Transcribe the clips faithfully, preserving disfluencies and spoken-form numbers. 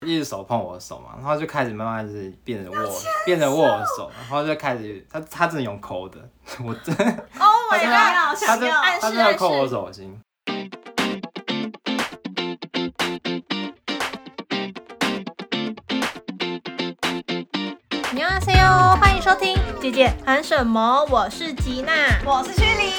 一直手碰我的手嘛，然后就开始慢慢就是变成握，变成握我的手，然后就开始他他真的用抠的，我真的 ，Oh my god， 他真暗示他真的抠我手心。 你好，C.O， 欢迎收听姐姐喊什么？我是吉娜， 我是曲里。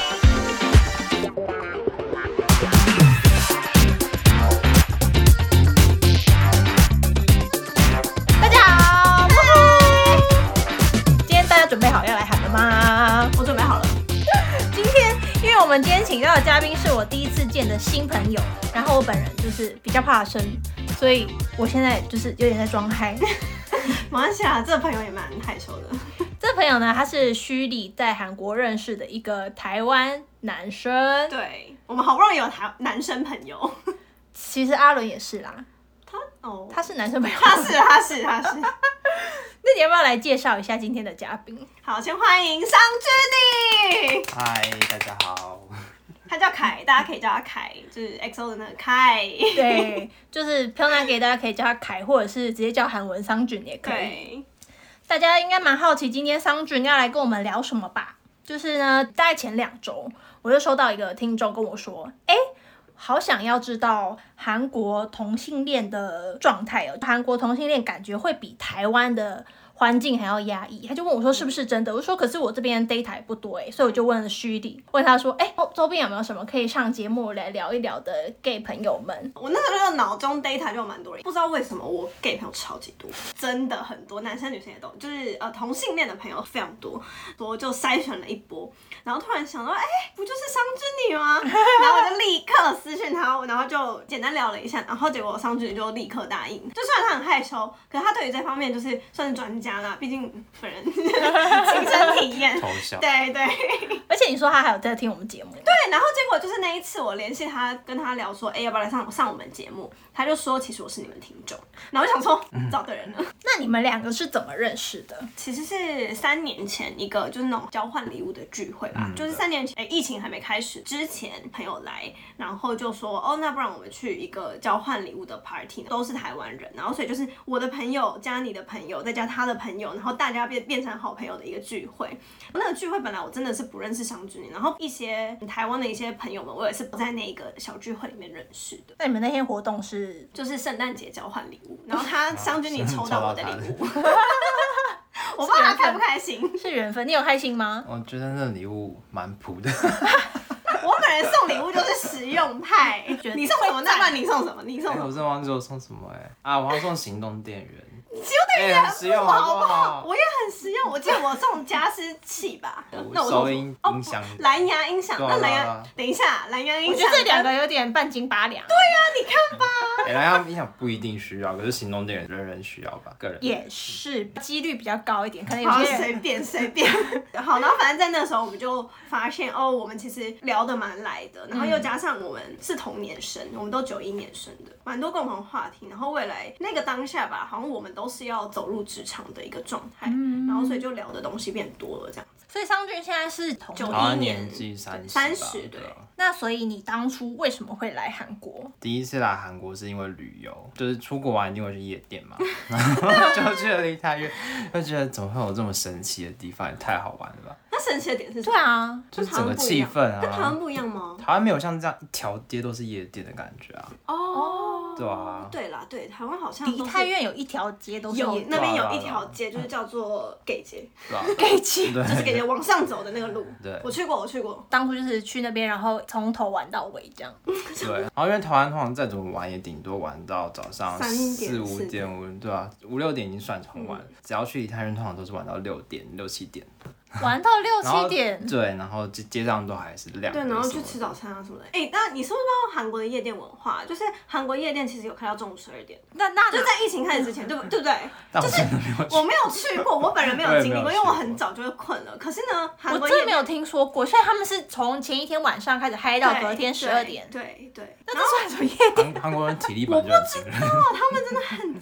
大家好，今天大家准备好要来喊了吗？ 我准备好了。 今天，因为我们今天请到的嘉宾是我第一次见的新朋友，然后我本人就是比较怕生，所以我现在就是有点在装嗨。 没关系啊，这个朋友也蛮害羞的。 这个朋友呢，他是虚拟在韩国认识的一个台湾男生。 对，我们好不容易有台男生朋友。 其实阿伦也是啦。 他哦， 他是男生朋友。 他是他是他是。 那你要不要来介绍一下今天的嘉宾？ 好，先欢迎商居里。 嗨，大家好。 他叫凯，大家可以叫他凯，就是 X O 的那个凯。 对，就是漂亮给大家可以叫他凯，或者是直接叫韩文桑俊也可以。 对， 大家应该蛮好奇今天桑俊要来跟我们聊什么吧？就是呢，大概前两周我就收到一个听众跟我说，哎、欸，好想要知道韩国同性恋的状态哦。韩国同性恋感觉会比台湾的环境还要压抑，他就问我说是不是真的？我说可是我这边 data 也不多哎，所以我就问了虚拟，问他说，哎、欸，周边有没有什么可以上节目来聊一聊的 gay 朋友们？ 我那时候就脑中 data 就有蛮多人，不知道为什么我 gay 朋友超级多，真的很多，男生女生也都，就是呃同性恋的朋友非常多，我就筛选了一波，然后突然想到，哎、欸，不就是商君你吗？然后我就立刻私讯他，然后就简单聊了一下，然后结果商君就立刻答应，就虽然他很害羞，可是他对于这方面就是算是专家。毕竟本人亲身体验，对对， 而且你说他还有在听我们节目， 对，然后结果就是那一次我联系他，跟他聊说，哎、欸，要不要来上上我们节目？他就说，其实我是你们听众，然后我想说，找对人了。 那你们两个是怎么认识的？ 其实是三年前一个就是那种交换礼物的聚会吧，嗯、就是三年前，哎、欸，疫情还没开始之前，朋友来，然后就说，哦，那不然我们去一个交换礼物的 party， 都是台湾人，然后所以就是我的朋友加你的朋友，再加他的朋友，然后大家变变成好朋友的一个聚会。那个聚会本来我真的是不认识商君，然后一些台湾的一些朋友们，我也是不在那个小聚会里面认识的。 那你们那天活动是就是圣诞节交换礼物，然后他商君你抽到我的礼物，我不知道他开不开心。 是缘分，你有开心吗？ 我觉得那礼物蛮普的。 我本人送礼物就是实用派。你送什么？那不然你送什么？你送什么？ 欸、我真忘记我送什么哎、欸、啊！我要送行动电源。 行动电源很实用，好不好？ 我也很实用。我记得我送加湿器吧， 那我收音音响、 蓝牙音响。那蓝牙，等一下，蓝牙音响， 我觉得这两个有点半斤八两。 对呀、啊，你看吧。 欸、蓝牙音响不一定需要，可是行动电源人人需要吧？个人也是，几率比较高一点，可能有些人随便随便。好，然后反正在那时候我们就发现哦，我们其实聊得蛮来的，然后又加上我们是同年生，我们都九一年生的，蛮多共同话题。然后未来那个当下吧，好像我们都是要走入职场的一个状态，嗯、然后所以就聊的东西变多了这样。 所以商君现在是同九一年纪三十， 三十对。 那所以你当初为什么会来韩国？ 第一次来韩国是因为旅游，就是出国玩一定会去夜店嘛，然后就去了梨泰院，就觉得怎么会有这么神奇的地方，也太好玩了吧。 那神奇的点是什么？ 对啊， 就是整个气氛啊。 跟台湾不一样吗？ 台湾没有像这样一条街都是夜店的感觉啊。 哦， 对啊。 对啦，对，台湾好像梨泰院有一条街都是夜店， 那边有一条街就是叫做 gay 街， 对啊 gay 街就是 gay 街往上走的那个路。 对， 我去过，我去过。 当初就是去那边，然后从头玩到尾这样。 对，然后因为台湾通常再怎么玩也顶多玩到早上四五点五，对啊，五六点已经算很晚了。嗯、只要去梨泰院，通常都是玩到六点六七点。 玩到六七点， 对，然后街上都还是亮。 对，然后去吃早餐啊什么的。哎、欸，那你是不是知道韩国的夜店文化？就是韩国夜店其实有开到中午十二点。 那那就在疫情开始之前，对不对不对？ 就是我没有去过，我本人没有经历过，因为我很早就会困了。可是呢，韩国我真的没有听说过，所以他们是从前一天晚上开始嗨到隔天十二点。 对 对, 對。 那这算什么夜店？ 韩国人体力本来就很惊人。 哇，他们真的很惊人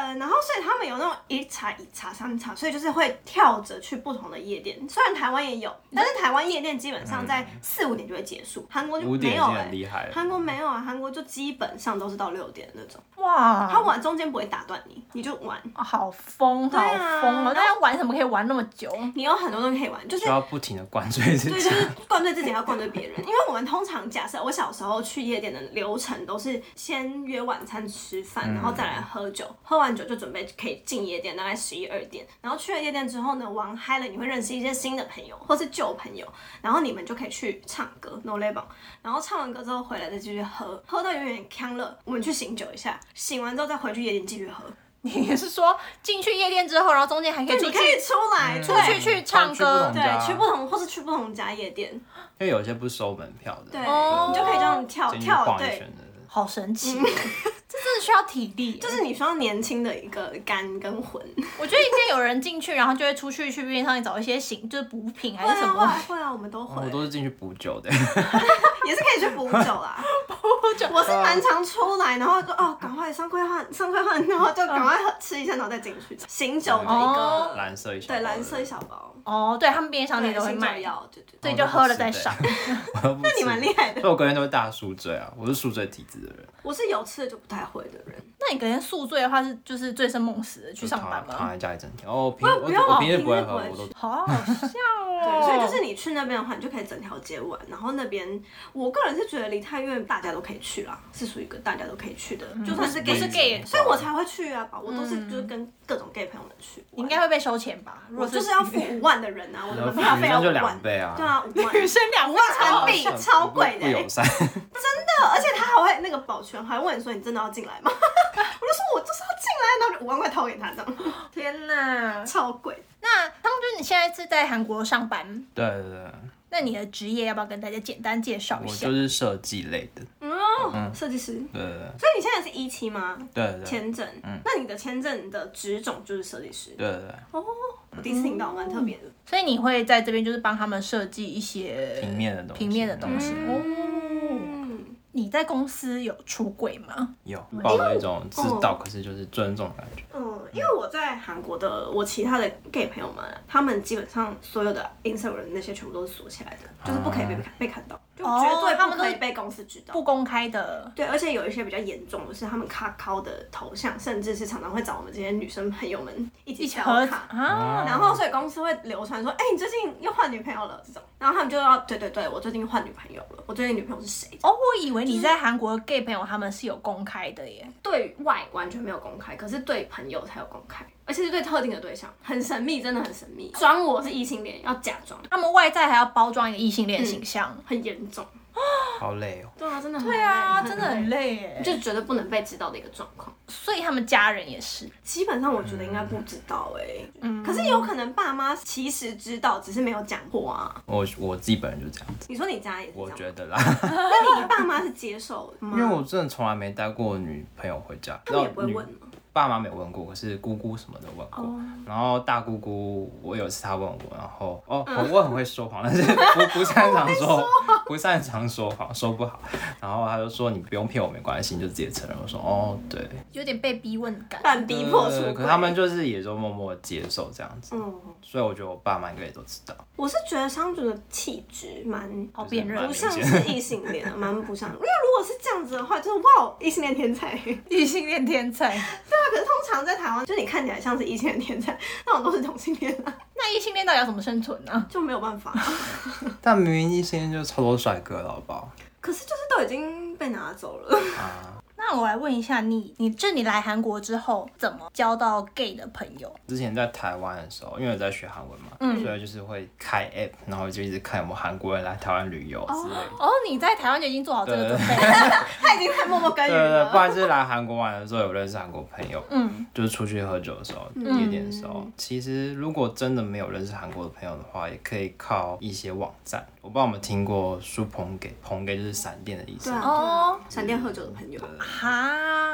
人，然后所以他们有那种一茶一茶三茶，所以就是会跳着去不同的夜店。虽然台湾也有，但是台湾夜店基本上在四五点就会结束，韩国就没有哎、欸，韩国没有啊，韩国就基本上都是到六点那种。 哇， 他玩中间不会打断你，你就玩。 哦、好疯，好疯哦！那要玩什么可以玩那么久？ 你有很多东西可以玩，就是要不停的灌醉自己。 对，就是灌醉自己，要灌醉别人。因为我们通常假设我小时候去夜店的流程都是先约晚餐吃饭， 嗯、 然后再来喝酒，喝完酒就准备可以进夜店，大概十一二点。然后去了夜店之后呢，玩嗨了，你会认识一些新的朋友或是旧朋友，然后你们就可以去唱歌 ，no label。然后唱完歌之后回来再继续喝，喝到有点呛了，我们去醒酒一下，醒完之后再回去夜店继续喝。 你是说进去夜店之后，然后中间还可以出去， 你可以出来， 出去去唱歌， 对，去不同或是去不同家夜店， 因为有些不收门票的， 对，你就可以这样跳跳，对， 好神奇，这真的需要体力， 就是你需要年轻的一个肝跟魂。 我觉得应该有人进去，然后就会出去去便利商店找一些醒，就是补品还是什么。 会啊会啊，我们都会。 我都是进去补酒的， 也是可以去补酒啦。补酒，我是蛮常出来，然后就哦，赶快上快换，上快换，然后就赶快吃一下，然后再进去。醒酒的一个蓝色一小包， 对，蓝色一小包。 哦，对他们便利商店都会卖药，对对， 所以就喝了再上。 那你蛮厉害的。 所以我隔天都是大宿醉啊，我是宿醉体质的人。 我是有吃的就不太会的人。 那你隔天宿醉的话是就是醉生梦死的去上班吗？ 躺在家一整天。哦，平我我平日不会喝，我都好好笑哦。 对，所以就是你去那边的话，你就可以整条街玩。然后那边，我个人是觉得梨泰院大家都可以去啦，是属于一个大家都可以去的，就算是 gay 是 gay， 所以我才会去啊。我都是就是跟各种 gay 朋友们去。 你应该会被收钱吧？ 我就是要付五万的人啊，我的门票费要五万。 倍啊！ 对啊，五万。 女生两万韩币，超贵的。 不友善。真的，而且他还会那个保全还问你说你真的要进来吗？我就说我就是要进来，然后就五万块掏给他这样。 天哪， 超贵。 那汤君，你现在是在韩国上班？ 对对对。 那你的职业要不要跟大家简单介绍一下？ 我就是设计类的。 嗯，设计师。 对对对。 所以你现在是一期吗？ 对对对。 签证。嗯。那你的签证的职种就是设计师。 对对对。 哦，我第一次听到，蛮特别的。 所以你会在这边就是帮他们设计一些平面的东西。 平面的东西。哦。你在公司有出柜吗？ 有，抱着一种知道可是就是尊重的感觉。 嗯，因为我在韩国的我其他的 gay 朋友们，他们基本上所有的 Instagram 那些全部都是锁起来的，就是不可以被被看到，就绝对不可以被公司知道， 不公开的。 对，而且有一些比较严重的是，他们卡靠的头像，甚至是常常会找我们这些女生朋友们一起敲卡啊，然后所以公司会流传说，哎、欸，你最近又换女朋友了这种，然后他们就要对对对，我最近换女朋友了，我最近女朋友是谁？ 哦，我以为你在韩国的 gay 朋友他们是有公开的耶， 对外完全没有公开，可是对朋友才有公开。而且是对特定的对象，很神秘，真的很神秘。装我是异性恋，要假装。 他们外在还要包装一个异性恋形象， 嗯，很严重。 好累哦。 对啊，真的很累。 对啊，真的很累耶， 就绝对不能被知道的一个状况。 所以他们家人也是。 基本上我觉得应该不知道哎，嗯，可是有可能爸妈其实知道，只是没有讲过啊。 我我自己本人就这样子。 你说你家也是这样？ 我觉得啦。 那你爸妈是接受吗？ 因为我真的从来没带过女朋友回家。 他们也不会问吗？ 爸妈没有问过，可是姑姑什么的问过。Oh. 然后大姑姑，我有一次她问我，然后哦，嗯、我很会说谎，但是不不擅长说，说不擅长说谎，说不好。然后她就说你不用骗我，没关系，你就直接承认。我说哦，对， 有点被逼问感， 半逼迫出轨。 可他们就是也就默默接受这样子。 嗯， 所以我觉得我爸妈应该也都知道。 我是觉得商主的气质蛮好辨认， 不像是异性恋啊，蛮不像。因为如果是这样子的话，就是哇，异性恋天才， 异性恋天才。对啊，可是通常在台湾，就你看起来像是异性恋天才，那种都是同性恋啊。 那异性恋到底要怎么生存呢？ 就没有办法。 但明明异性恋就超多帅哥了，好不好？ 可是就是都已经被拿走了。 啊。那我来问一下你，你就你来韩国之后怎么交到 gay 的朋友？ 之前在台湾的时候，因为我在学韩文嘛，嗯，所以就是会开 app， 然后就一直看有没有韩国人来台湾旅游之类的。 哦，你在台湾就已经做好这个准备了，他已经在默默耕耘了。 对对，不然就是来韩国玩的时候有认识韩国朋友，嗯，就是出去喝酒的时候、嗯、夜店的时候。其实如果真的没有认识韩国的朋友的话，也可以靠一些网站。我不知道有没有听过苏朋给，朋给就是闪电的意思。 对啊，闪电喝酒的朋友。 哈。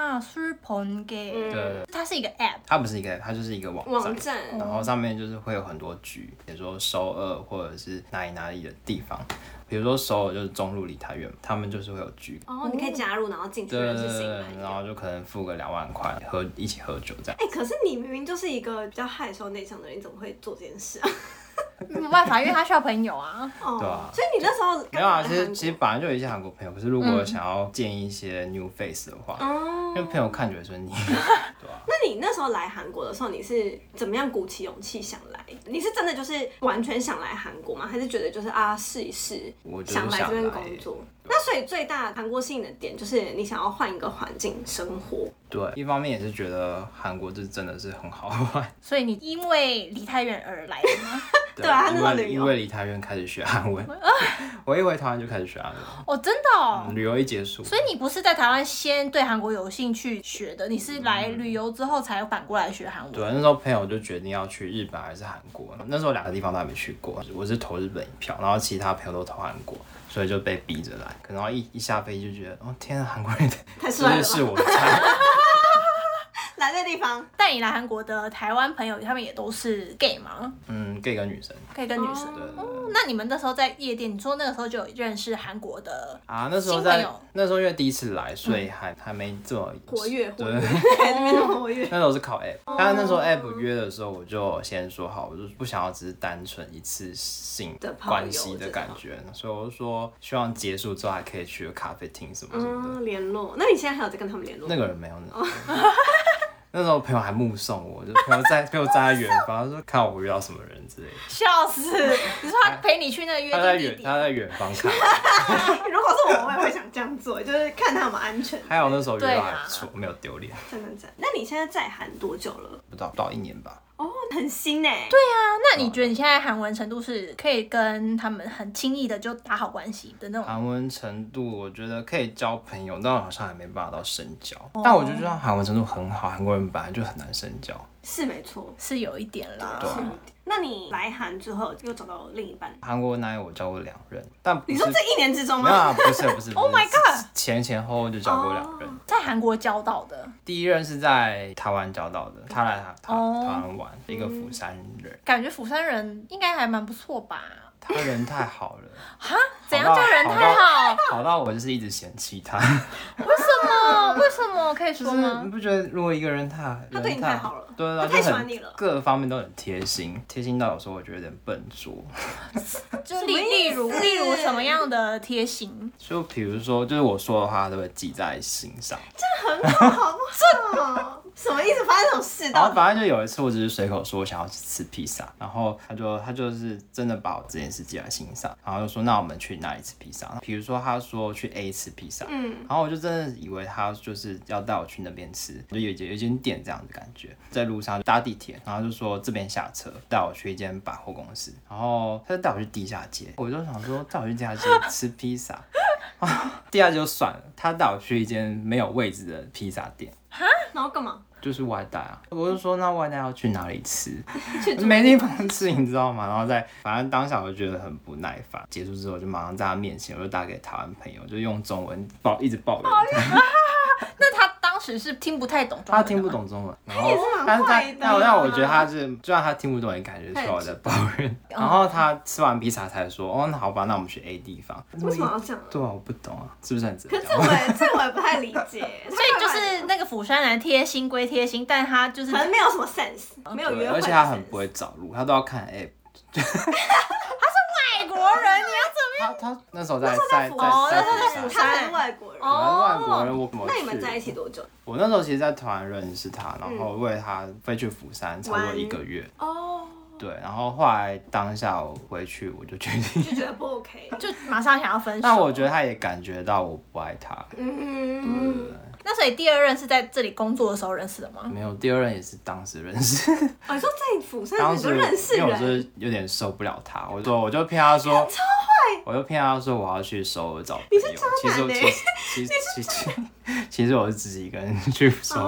啊 s u p o n g 对对对， 它是一个 app， 它不是一个 app，它就是一个网站， 网站然后上面就是会有很多局，比如说首尔或者是哪里哪里的地方，比如说首尔就是中路梨泰院，他们就是会有局。 哦，你可以加入，然后进去对认对对对识新朋，友。 然后就可能付个两万块，喝一起喝酒这样。 哎、可是你明明就是一个比较害羞内向的人，你怎么会做这件事啊？ 没有办法，因为他需要朋友啊。 哦， 对啊所以你那时候没有啊， 刚来韩国其实其实本来就有一些韩国朋友，可是如果想要见一些 new face 的话， 哦因为朋友看觉得说你，对啊。 那你那时候来韩国的时候，你是怎么样鼓起勇气想来？你是真的就是完全想来韩国吗？还是觉得就是啊试一试， 我就是想来这边想来工作？那所以最大韩国吸引的点就是你想要换一个环境生活。 对，一方面也是觉得韩国这真的是很好玩， 所以你因为梨泰院而来的吗？ 对啊他那时候因为旅游因为梨泰院开始学韩文，我一回台湾就开始学韩文， 哦，真的哦。 嗯旅游一结束， 所以你不是在台湾先对韩国有兴趣学的，你是来旅游之后才反过来学韩文。 对，那时候朋友就决定要去日本还是韩国，那时候两个地方都还没去过，我是投日本一票，然后其他朋友都投韩国，所以就被逼着来，然后一一下飞机就觉得，哦天啊，韩国人太帅了吧真的是我的菜。 来这地方， 带你来韩国的台湾朋友，他们也都是 gay 吗？ 嗯，gay 跟女生。 可以跟女生。 对对对哦，那你们那时候在夜店，你说那个时候就有认识韩国的啊，那时候在新朋友那时候因为第一次来，所以还、还没这么活跃活对跃，在那边活跃。 那时候是靠 app，但是那时候 app 约的时候，我就先说好，我就不想要只是单纯一次性的朋友关系的感觉，所以我就说希望结束之后还可以去个咖啡厅什么什么的。 嗯，联络。那你现在还有在跟他们联络吗？ 那个人没有那。那时候朋友还目送我，就朋友在朋友站在远方，他说看我遇到什么人之类的。 笑死！你说他陪你去那个约他在远定地点， 他在远方看， 如果是我，我也会想这样做，就是看他有没有安全。 还有那时候遇对啊到还不错，没有丢脸， 真的真的。那你现在在韩多久了？ 不到不到一年吧。 哦，很新哎。 对啊，那你觉得你现在韩文程度是可以跟他们很轻易的就打好关系的那种？ 韩文程度我觉得可以交朋友，但好像还没办法到深交。 哦但我觉得韩文程度很好，韩国人本来就很难深交。 是没错， 是有一点啦。 对啊是有一点。那你来韩之后又找到另一半？ 韩国男友我交过两任，但不是你说这一年之中吗？ 没有啊，不是不是。 Oh my god 前前后后就交过两任。 在韩国交到的， 第一任是在台湾交到的，他来台台哦台湾玩，一个釜山人， 感觉釜山人应该还蛮不错吧？ 他人太好了， 哈，怎样叫人太好？ 好到我就是一直嫌弃他。 为什么？为什么可以说就是吗你？不觉得如果一个人太他对你人太好了对对对， 他太就很喜欢你了各方面都很贴心，贴心到有时候我觉得有点笨拙。 就例什么意例如思例如什么样的贴心？ 就比如说，就是我说的话，他都会记在心上。 很好，好不好？什么意思？发生这种事到底？ 然后反正就有一次，我只是随口说我想要吃披萨，然后他就他就是真的把我这件事记在心上，然后就说那我们去哪里吃披萨？比如说他说去 A 吃披萨， 嗯， 然后我就真的以为他就是要带我去那边吃，就有一间有一间店这样的感觉，在路上搭地铁，然后就说这边下车，带我去一间百货公司，然后他就带我去地下街，我就想说带我去地下街吃披萨，啊，地下街就算了，他带我去一间没有位置的披萨店。 然后干嘛？ 就是外带啊，我就说那外带要去哪里吃？ 去住没地方吃，你知道吗？然后在反正当下我就觉得很不耐烦。结束之后就马上在他面前，我就打给台湾朋友，就用中文抱一直抱怨他。 那他当时是听不太懂中文的吗， 他听不懂中文，然后也是蛮但是他坏的但但我觉得他是，就算他听不懂，也感觉出来我在抱怨。然后他吃完披萨才说，哦，那好吧，那我们去 A 地方。 为什么要这样？ 对啊，我不懂啊，是不是很直接可是？这我也这我也不太理解。 所以就是那个釜山人贴心归贴心，但他就是可能没有什么 sense，没有对， 约会的 sense， 而且他很不会找路，他都要看 app。 外国人，你要怎么？ 他他那时候在在在哦在那时候在釜釜山， 他是外国人。 我们外国人，我怎么那你们去在一起多久？ 我那时候其实，在台湾认识他，然后为了他飞去釜山，差不多一个月。 哦， 对，然后后来当下我回去，我就决定， 就觉得不 OK。 就马上想要分手？ 但我觉得他也感觉到我不爱他。 嗯， 那所以第二任是在这里工作的时候认识的吗？ 没有，第二任也是当时认识， 哦，你说在釜山当时你就认识因为我就人， 是有点受不了他，我说我就骗他说，超坏，我就骗他说我要去首尔找朋友，其实我欸其实其实其实其实其实我是自己一个人去首尔。 哦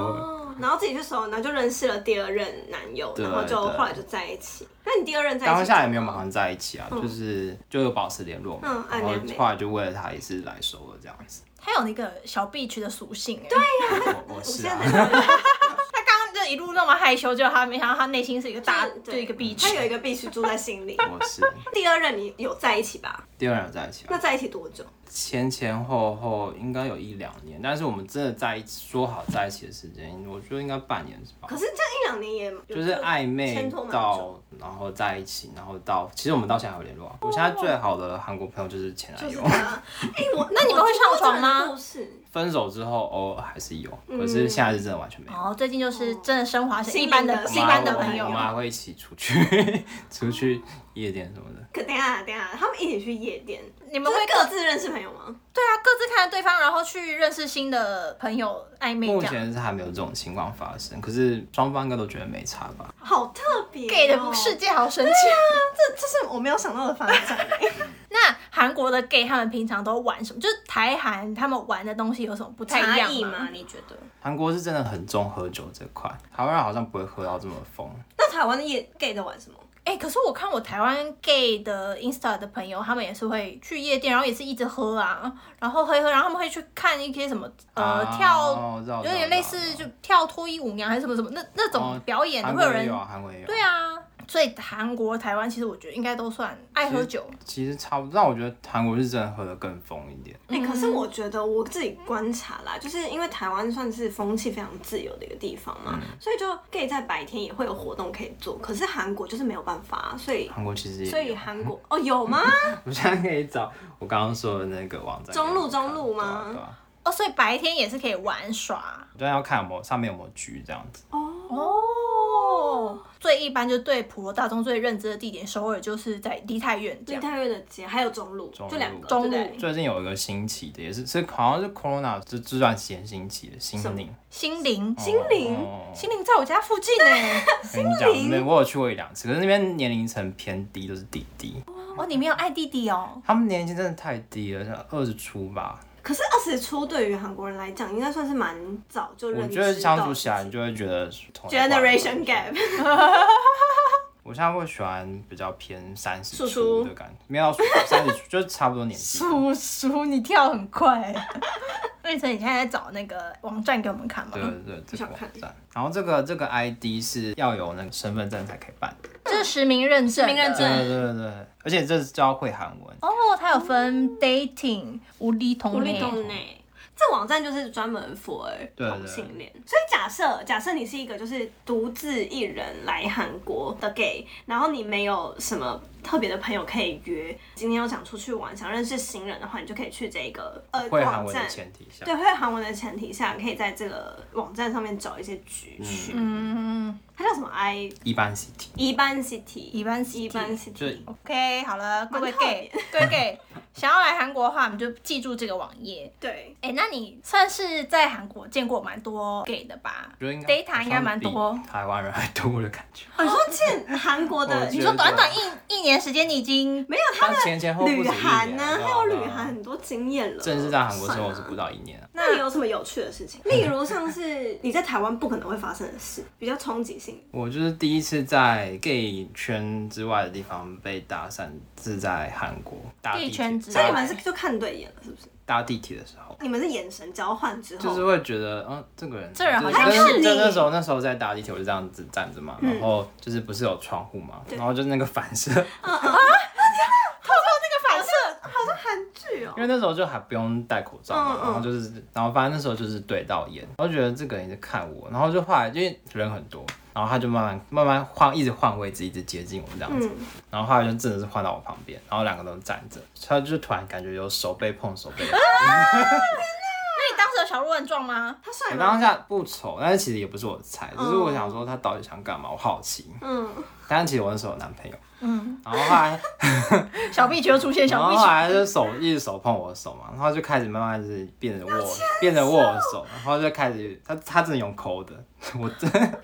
然后自己去熟，然后就认识了第二任男友，然后就后来就在一起。那你第二任在一起？ 当下也没有马上在一起啊，嗯、就是就有保持联络嘛。 嗯， 然后后来就为了他也是来熟了这样子。 他有那个小 bitch 的属性哎。 对呀、 啊，我我是啊。 他刚刚就一路那么害羞，就他没想到他内心是一个大，就一个 bitch。 他有一个 bitch 住在心里。 我是。 第二任你有在一起吧？ 第二任有在一起。 那在一起多久？ 前前后后应该有一两年，但是我们真的在一起说好在一起的时间，我觉得应该半年吧。 可是这样一两年也就是暧昧到，然后在一起，然后到，其实我们到现在还有联络、啊。我现在最好的韩国朋友就是前男友。 哎、欸，我那你们会上床吗？ 分手之后偶尔还是有，可是现在是真的完全没有。 哦，最近就是真的升华成一般的一般的朋友。 我们还会一起出去，出去夜店什么的。 可等一下等一下，他们一起去夜店， 你们会各自认识朋友吗？ 对啊，各自看着对方，然后去认识新的朋友暧昧。 目前是还没有这种情况发生，可是双方应该都觉得没差吧？ 好特别、哦、 ，gay 的世界好神奇。 对啊，这这是我没有想到的发展。 那韩国的 gay 他们平常都玩什么？就是台韩他们玩的东西有什么不太一样吗？ 吗你觉得？ 韩国是真的很重喝酒这块，台湾人好像不会喝到这么疯。 那台湾的夜 gay 在玩什么？ 哎、欸，可是我看我台湾 gay 的 Insta 的朋友，他们也是会去夜店，然后也是一直喝啊，然后喝一喝，然后他们会去看一些什么呃、啊、跳， 哦、 有点类似就跳脱衣舞娘还是什么什么那那种表演， 哦、 会有人有啊，韩国也有， 对啊。所以韩国、台湾其实我觉得应该都算爱喝酒。 其实差不多，但我觉得韩国是真的喝得更疯一点。 哎、欸，可是我觉得我自己观察啦，就是因为台湾算是风气非常自由的一个地方嘛，嗯、所以就 gay 在白天也会有活动可以做。可是韩国就是没有办法，所以韩国其实也有， 所以韩国哦有吗？ 我现在可以找我刚刚说的那个网站。 中路中路吗？ 对啊。 哦，所以白天也是可以玩耍。 对，要看有没有上面有没有局这样子。 哦。哦，最一般就对普罗大众最认知的地点，首尔就是在梨泰院这样。 梨泰院的街还有中路，就两个。 中路最近有一个兴起的，也是是好像是 Corona 这这段时间兴起的心灵。 心灵， 心灵， 心灵在我家附近呢。 心灵，我有去过一两次，可是那边年龄层偏低，都是弟弟。 哦，你没有爱弟弟哦？ 他们年纪真的太低了，像二十出吧。 可是二十出对于韩国人来讲，应该算是蛮早就认知到。 我觉得相处起来，你就会觉得 generation gap。 我现在会喜欢比较偏三十出的感觉，没有三十出，就是差不多年纪。 叔叔，你跳很快。瑞成，你现在在找那个网站给我们看吗？ 对对对，这个网站。然后这个这个 I D 是要有那个身份证才可以办的， 这是实名认证。实名认证。 对对对，而且这是要会韩文。 哦，它有分 dating、无厘同无厘同内。这网站就是专门 for 同性恋，所以假设假设你是一个就是独自一人来韩国的 gay， 然后你没有什么特别的朋友可以约，今天又想出去玩，想认识新人的话，你就可以去这个呃会韩文的前提下， 对，会韩文的前提下，可以在这个网站上面找一些局去。嗯，它叫什么 I？ 一般 city。 一般 city。 一般 city。 一般 city。 OK， 好了，各位 gay， 各位 gay， 想要来韩国的话，你就记住这个网页。 对。 哎、欸，那你算是在韩国见过蛮多 gay 的吧 ？data 应该蛮多， 台湾人还多的感觉。 你说见韩国的， 你说短短一一年时间，你已经没有他的前前后后旅韩呢？ 他有旅韩很多经验了。 正式在韩国生活是不到一年、啊。 那你有什么有趣的事情？例如像是你在台湾不可能会发生的事，比较冲击性。 我就是第一次在 gay 圈之外的地方被搭讪，是在韩国。 gay 圈之外， 所以你们是就看对眼了，是不是？ 搭地铁的时候， 你们是眼神交换之后， 就是会觉得，嗯，这个人， 这人好像是你。 就那时候，那时候在搭地铁，我就这样子站着嘛，嗯、然后就是不是有窗户嘛，然后就是那个反射， 啊啊！天哪， 透过那个反射， 好像韩剧哦。 因为那时候就还不用戴口罩嘛， 嗯嗯然后就是，然后反正那时候就是对到眼，我就觉得这个人在看我，然后就后来因为人很多。然后他就慢慢慢慢换，一直换位置，一直接近我这样子。嗯、然后后来就真的是换到我旁边，然后两个都站着，他就突然感觉有手背碰手背。啊！ 天哪！那你当时有小鹿乱撞吗？ 他帅吗？ 我当下不丑，但是其实也不是我的菜，只、嗯、是我想说他到底想干嘛，我好奇。嗯。但是其实我那时候有男朋友。嗯。然后后来小碧就出现，小碧。 然后后来就手一直手碰我的手嘛，然后就开始慢慢就是变得握，变得握我的手，然后就开始他他真的用抠的，我真的。 Oh my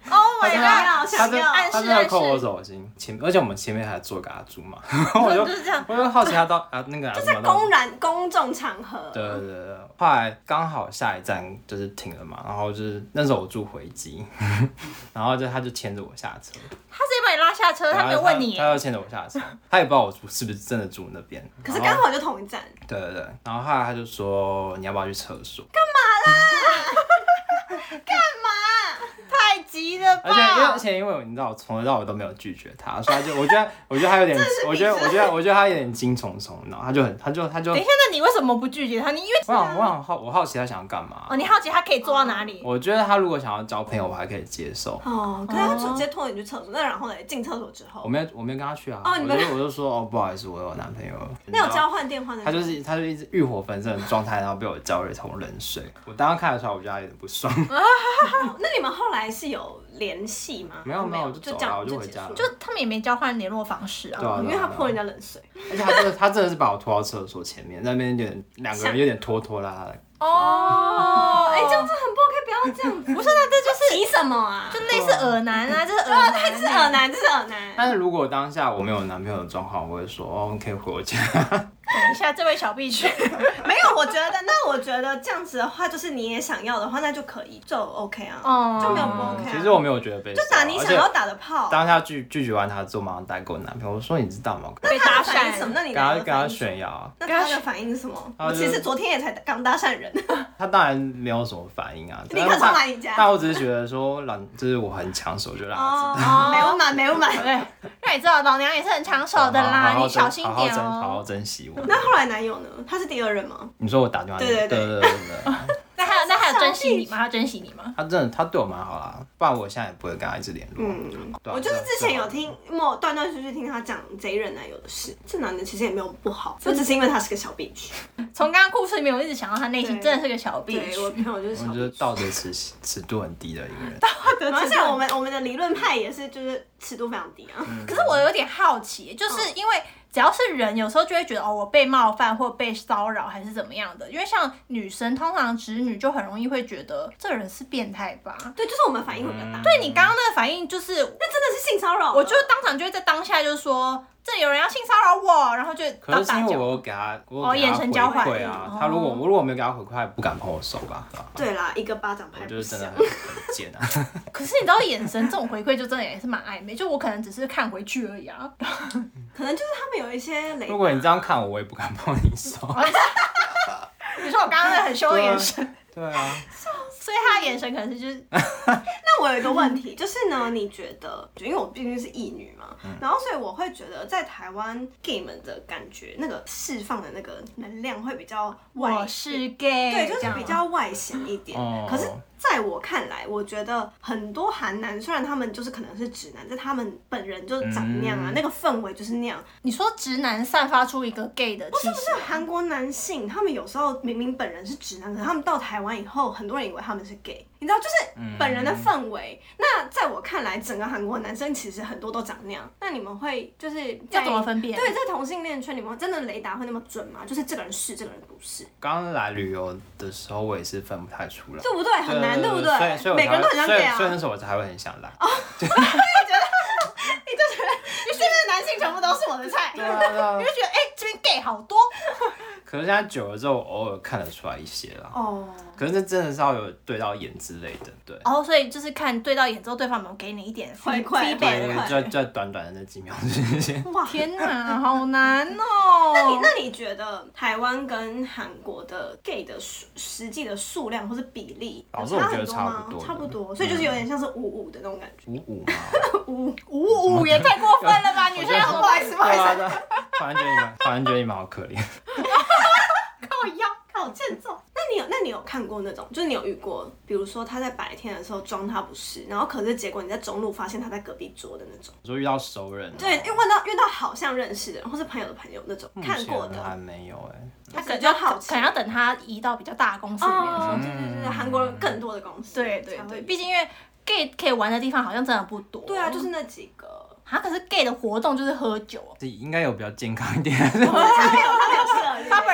对， 他要他真暗示他真的扣我手心，前而且我们前面还坐给他住嘛，我就就是这样， 我就好奇他到啊那个就在公然公众场合。 对对对对，后来刚好下一站就是停了嘛，然后就是那时候我住回基，然后就他就牵着我下车， 他直接把你拉下车，他没有问你耶， 他就牵着我下车，他也不知道我住是不是真的住那边， 可是刚好就同一站。 对对对，然后后来他就说你要不要去厕所？ 干嘛啦？干嘛？ 太急了吧？ 而且因为而且因为你知道我从头到尾都没有拒绝他，所以他就我觉得我觉得他有点，我觉得我觉得我觉得他有点精虫虫脑，他就很他就他就等一下，那你为什么不拒绝他？你因为我想我想好我好奇他想要干嘛？ 哦，你好奇他可以做到哪里？ 我觉得他如果想要交朋友，我还可以接受。 哦，可是他直接拖你去厕所，那然后呢？进厕所之后， 我没有我没有跟他去啊， 哦你们我就我就说哦不好意思，我有男朋友了。 那有交换电话的？ 他就是他就一直欲火焚身的状态，然后被我浇了一桶冷水。我当时看得出来，我觉得他有点不爽。 那你们后来是有联系吗？ 没有没有，我就就走了，我就回家了。 就他们也没交换联络方式啊， 对啊， 因为他泼人家冷水。 而且他真的他真的是把我拖到厕所前面，那边有点两个人有点拖拖拉拉的。 哦， 哎，这样子很不 OK，不要这样子。 不是，那这就是提什么啊？ 就类似耳男啊，这是耳啊， 男， 他这是耳男，这是耳男。 但是如果当下我没有男朋友的状况，我会说哦，你可以回我家。 等一下，这位小碧去， 没有，我觉得，那我觉得这样子的话，就是你也想要的话，那就可以，就 OK 啊， 哦就没有不 OK 啊。 其实我没有觉得被就打你想要打的炮。 当下拒拒绝完他之后，马上带给我男朋友，我说你知道吗？ 被搭反应什么？ 讪， 那你跟他跟他男的反应炫耀啊， 那他的反应是什么？ 他就我其实昨天也才刚搭讪人， 他当然没有什么反应啊， 立刻冲来你家。 但我只是觉得说，老就是我很抢手，就让他知道。 哦，没有满，没有满。 对，让你知道老娘也是很抢手的啦，你小心点哦，好好哦。 珍惜我。 那后来男友呢？他是第二任吗？ 你说我打电话， 对对对对对对对。 那还有那还有珍惜你吗？他珍惜你吗？ 他真的他对我蛮好啦，不然我现在也不会跟他一直联络。 嗯， 对啊我就是之前有听莫断断续续听他讲这一任男友的事，这男的其实也没有不好，就只是因为他是个小 bitch。 从刚刚故事里面，我一直想到他内心真的是个小 B。 对，我朋友就是小我觉得 bitch。 道德尺尺度很低的一个人。 而且我们我们的理论派也是就是尺度非常低啊。 可是我有点好奇，就是因为只要是人，有时候就会觉得哦，我被冒犯或被骚扰还是怎么样的。因为像女生，通常直女就很容易会觉得这人是变态吧？ 对，就是我们反应会比较大。 对你刚刚那个反应，就是那真的是性骚扰。 我就当场就会在当下就是说，这有人要性骚扰我，然后就可是因为我有给他，我有给他哦眼神交换回馈啊。 哦他如果我如果没有给他回馈，他也不敢碰我手吧？对吧？ 对啦，一个巴掌拍我不响。 就是真的很很贱啊。 可是你知道眼神这种回馈就真的也是蛮暧昧，就我可能只是看回去而已啊。 可能就是他们有一些雷达。 如果你这样看我，我也不敢碰你手。 你说我刚刚那很凶的眼神， 对啊， 所以他的眼神可能是就是那我有一个问题，就是呢，你觉得，因为我毕竟是异女嘛， 嗯然后所以我会觉得在台湾 gay 们的感觉，那个释放的那个能量会比较外我是 gay， 对，就是这样比较外显一点。 哦可是在我看来，我觉得很多韩男虽然他们就是可能是直男，但他们本人就长那样啊， 嗯那个氛围就是那样。 你说直男散发出一个 gay 的气息， 不是韩国男性，他们有时候明明本人是直男，可是他们到台湾以后，很多人以为他们是 gay，你知道，就是本人的氛围。那在我看来，整个韩国男生其实很多都长那样。那你们会就是要怎么分辨？ 对，在同性恋圈，你们真的雷达会那么准吗？就是这个人是，这个人不是， 刚来旅游的时候，我也是分不太出来， 对不对？很难，对不对？ 所以所以我每个人都很像所以 gay 啊。 所以那时候我才会很想来。 你就觉得，你是不是男性全部都是我的菜？ 对啊对啊你。会觉得哎、这边 gay 好多。 可是现在久了之后，我偶尔看得出来一些啦。 哦。 可是这真的是要有对到眼之类的，对。 哦，所以就是看对到眼之后，对方有没有给你一点回馈 feedback 对， 快就在短短的那几秒之间。 哇， 天哪，好难哦！ 那你那你觉得台湾跟韩国的 gay 的数实际的数量或是比例老有师我觉得差差很多吗不？多的差不多，所以就是有点像是五五的那种感觉。 五五嘛， 五五五也太过分了吧？女生要不好意思，不好意思， 对啊对啊，突然觉得你们，突然觉得你们好可怜。 靠腰，靠欠揍。那你有那你有看过那种，就是你有遇过，比如说他在白天的时候装他不是，然后可是结果你在中路发现他在隔壁桌的那种。 你说遇到熟人， 对，因为问到遇到好像认识的人，或是朋友的朋友那种目看过前还的。 没有哎。 他可能就比较好奇可能要等他移到比较大的公司里面的时候。 哦，对对对对，韩国人更多的公司。 对对对， 才会毕竟因为 gay 可以玩的地方好像真的不多。 对啊，就是那几个。 啊，可是 gay 的活动就是喝酒， 这应该有比较健康一点。 他没有，他没有适合。 他本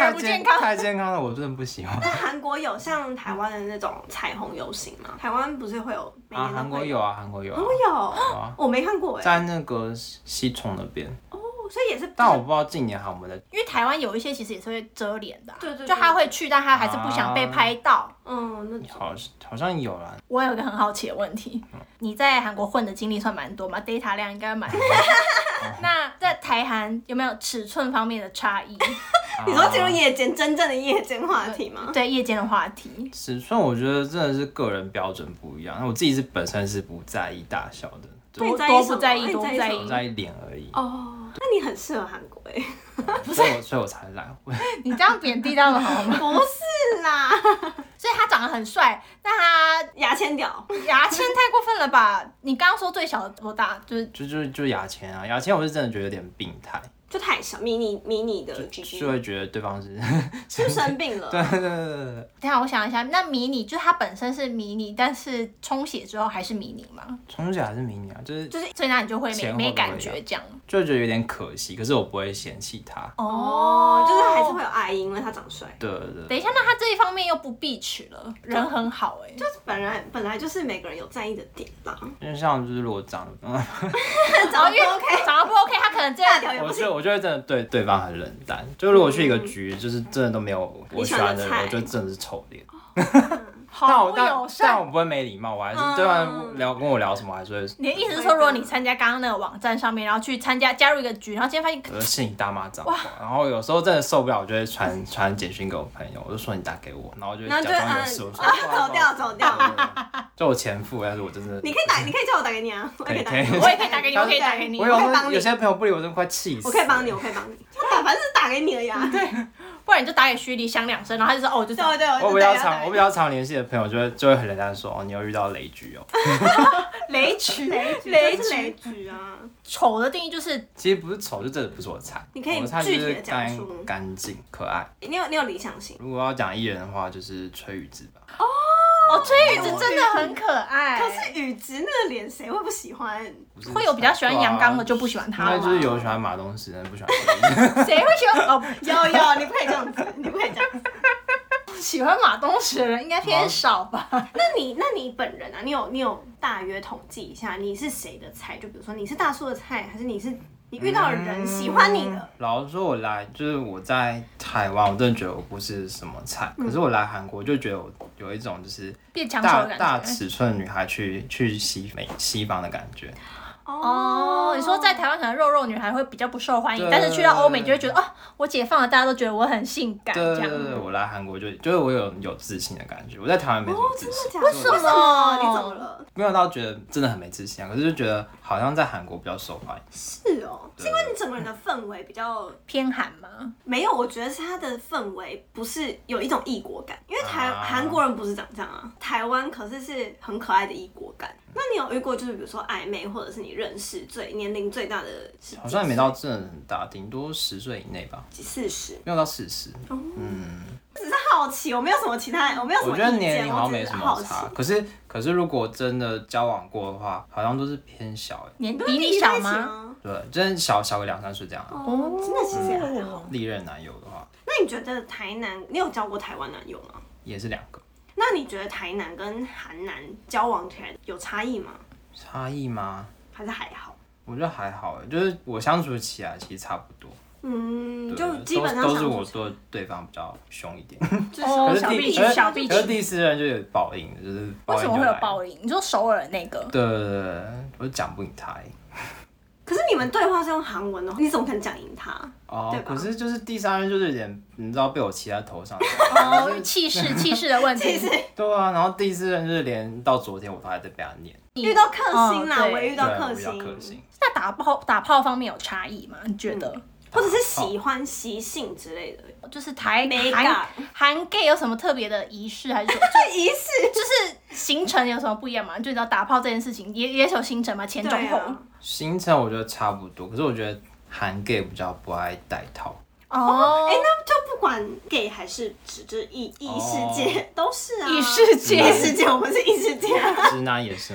而不健康。 太健康了，我真的不喜欢。 那韩国有像台湾的那种彩虹游行吗？台湾不是会有每年啊，韩国有啊，韩国有、啊， 韩国有， 啊、 我没看过哎， 在那个西冲那边。 哦，所以也是， 但我不知道近年还有没有在， 因为台湾有一些其实也是会遮脸的、啊， 对对对就他会去，但他还是不想被拍到。 嗯，那好好像有啦。 我有一个很好奇的问题，你在韩国混的经历算蛮多嘛 ，data 量应该蛮多。那在台韩有没有尺寸方面的差异？ 你说进入夜间真正的夜间话题吗？ 对夜间的话题， 尺寸我觉得真的是个人标准不一样。我自己是本身是不在意大小的， 多多多不在意，多不在意， 我在意脸而已。 哦，那你很适合韩国哎， 所以我所以我才来。 你这样贬低他们好吗？ 不是啦， 所以他长得很帅，但他牙签屌， 牙签太过分了吧？你刚刚说最小的多大？就是就就就牙签啊，牙签我是真的觉得有点病态。 就太小，迷你迷你的 G G， 就会觉得对方是是不是生病了？ 对对对对对。 等一下我想一下，那迷你就是它本身是迷你，但是充血之后还是迷你吗？ 充血还是迷你啊，就是就是，所以那你就会没前后都会没感觉这样， 就会觉得有点可惜，可是我不会嫌弃他。 哦，就是还是会有爱意，因为他长帅。 对对对。 等一下，那他这一方面又不避齿了，人很好哎、欸， 就是本来本来就是每个人有在意的点啦。 就像就是如果长得，嗯， 长得不 OK， 长得不 OK，他可能这样大条也不行。 我觉得我就会真的对对方很冷淡。就如果去一个局，就是真的都没有我喜欢的人，我就真的是臭脸。但好我但不友善。 但我不会没礼貌，我还是对方聊跟我聊什么，我还是会。 你的意思是说，如果你参加刚刚那个网站上面，然后去参加加入一个局，然后今天发现我就心里大骂脏话，然后有时候真的受不了，我就会传传简讯给我朋友，我就说你打给我，然后我就假装有事，我说啊走掉走掉。 就我前夫，但是我真的你可以打，你可以叫我打给你啊，我可以打给你， 我也可以打给你，我可以打给你， 我有可以帮你有些朋友不理我，真的快气死。 我可以帮你，我可以帮你。他打反正是打给你了呀。对不然你就打给徐丽响两声，然后他就说哦，就这样。 对对， 我比较常我比较常联系的朋友就会就会很冷淡说哦，你又遇到雷局哦。 雷局， 雷局， 雷这是雷局。 局啊。 丑的定义就是其实不是丑，就真的不是我的菜。 你可以我的菜就是具体地讲干出干净可爱。 你有你有理想型。 如果要讲艺人的话，就是崔宇植吧。 哦，崔宇植真的很可爱。 可是宇植那个脸谁会不喜欢？ 会有比较喜欢阳刚的就不喜欢他了吗。 应该就是有喜欢马东石的，不喜欢崔宇植。 谁会喜欢？哦， 有有，你不可以这样子，你不可以这样子。 喜欢马东石的人应该偏少吧？ 那你那你本人啊，你有你有大约统计一下你是谁的菜？就比如说你是大叔的菜，还是你是你遇到的人喜欢你的？ 老实说，我来就是我在台湾，我真的觉得我不是什么菜。可是我来韩国就觉得我有一种就是变抢手大的感觉。 大尺寸的女孩去去西美西方的感觉。 哦，你说在台湾可能肉肉女孩会比较不受欢迎， 对但是去到欧美就会觉得哦，我解放了，大家都觉得我很性感， 对这样。 对对对，我来韩国就就是我有有自信的感觉。我在台湾没什么自信， 为什么？你怎么了？ 没有到觉得真的很没自信啊，可是就觉得好像在韩国比较受欢迎。 是哦，是因为你整个人的氛围比较偏韩吗？ 没有，我觉得是它的氛围不是有一种异国感，因为台啊韩国人不是长这样啊，台湾可是是很可爱的异国感。那你有遇过就是比如说暧昧，或者是你认识最年龄最大的是好像也没到真的很大，顶多十岁以内吧， 四十？ 没有到四十。 哦， 嗯， 只是好奇，我没有什么其他，我没有什么我觉得意见年龄好像没我只是好奇。 什么差，可是可是如果真的交往过的话，好像都是偏小哎。 年比你小吗？ 吗？ 对，真的小小个两三岁这样啊。 哦，真的其实也还好。 历任男友的话， 那你觉得台南，你有交过台湾男友吗？ 也是两个。 那你觉得台南跟韩南交往起来有差异吗？ 差异吗？ 还是还好？ 我觉得还好哎，就是我相处起来其实差不多。 嗯， 对就基本上都都是我相处起来对对方比较凶一点。 哦， 可是第小碧可是小碧可是第四任就有报应，就是报为什么会有应就来了。 报应？你说首尔那个？ 对对对对，我就讲不赢他欸。 可是你们对话是用韩文的，你怎么可能讲赢他？ 哦对，吧可是就是第三任就是有点，你知道被我骑在头上。 哦，气势气势的问题。 其实对啊，然后第四任就是连到昨天我都还在被他念。 遇到克星啦， 哦对我也遇到对， 克我比较星， 克星。 那打炮打炮方面有差异吗？你觉得？ 或者是喜欢习性之类的。 就是台美韩感韩 gay 有什么特别的仪式，还是什么？ 这仪式就是行程有什么不一样吗？就你知道打炮这件事情也也是有行程嘛，前中后。 对啊， 行程我觉得差不多，可是我觉得韩 gay 比较不爱戴套。 哦哎，那就不管 gay 还是指就是异异世界都是啊， 异世界异世界，我们是异世界啊。 直男也是吗？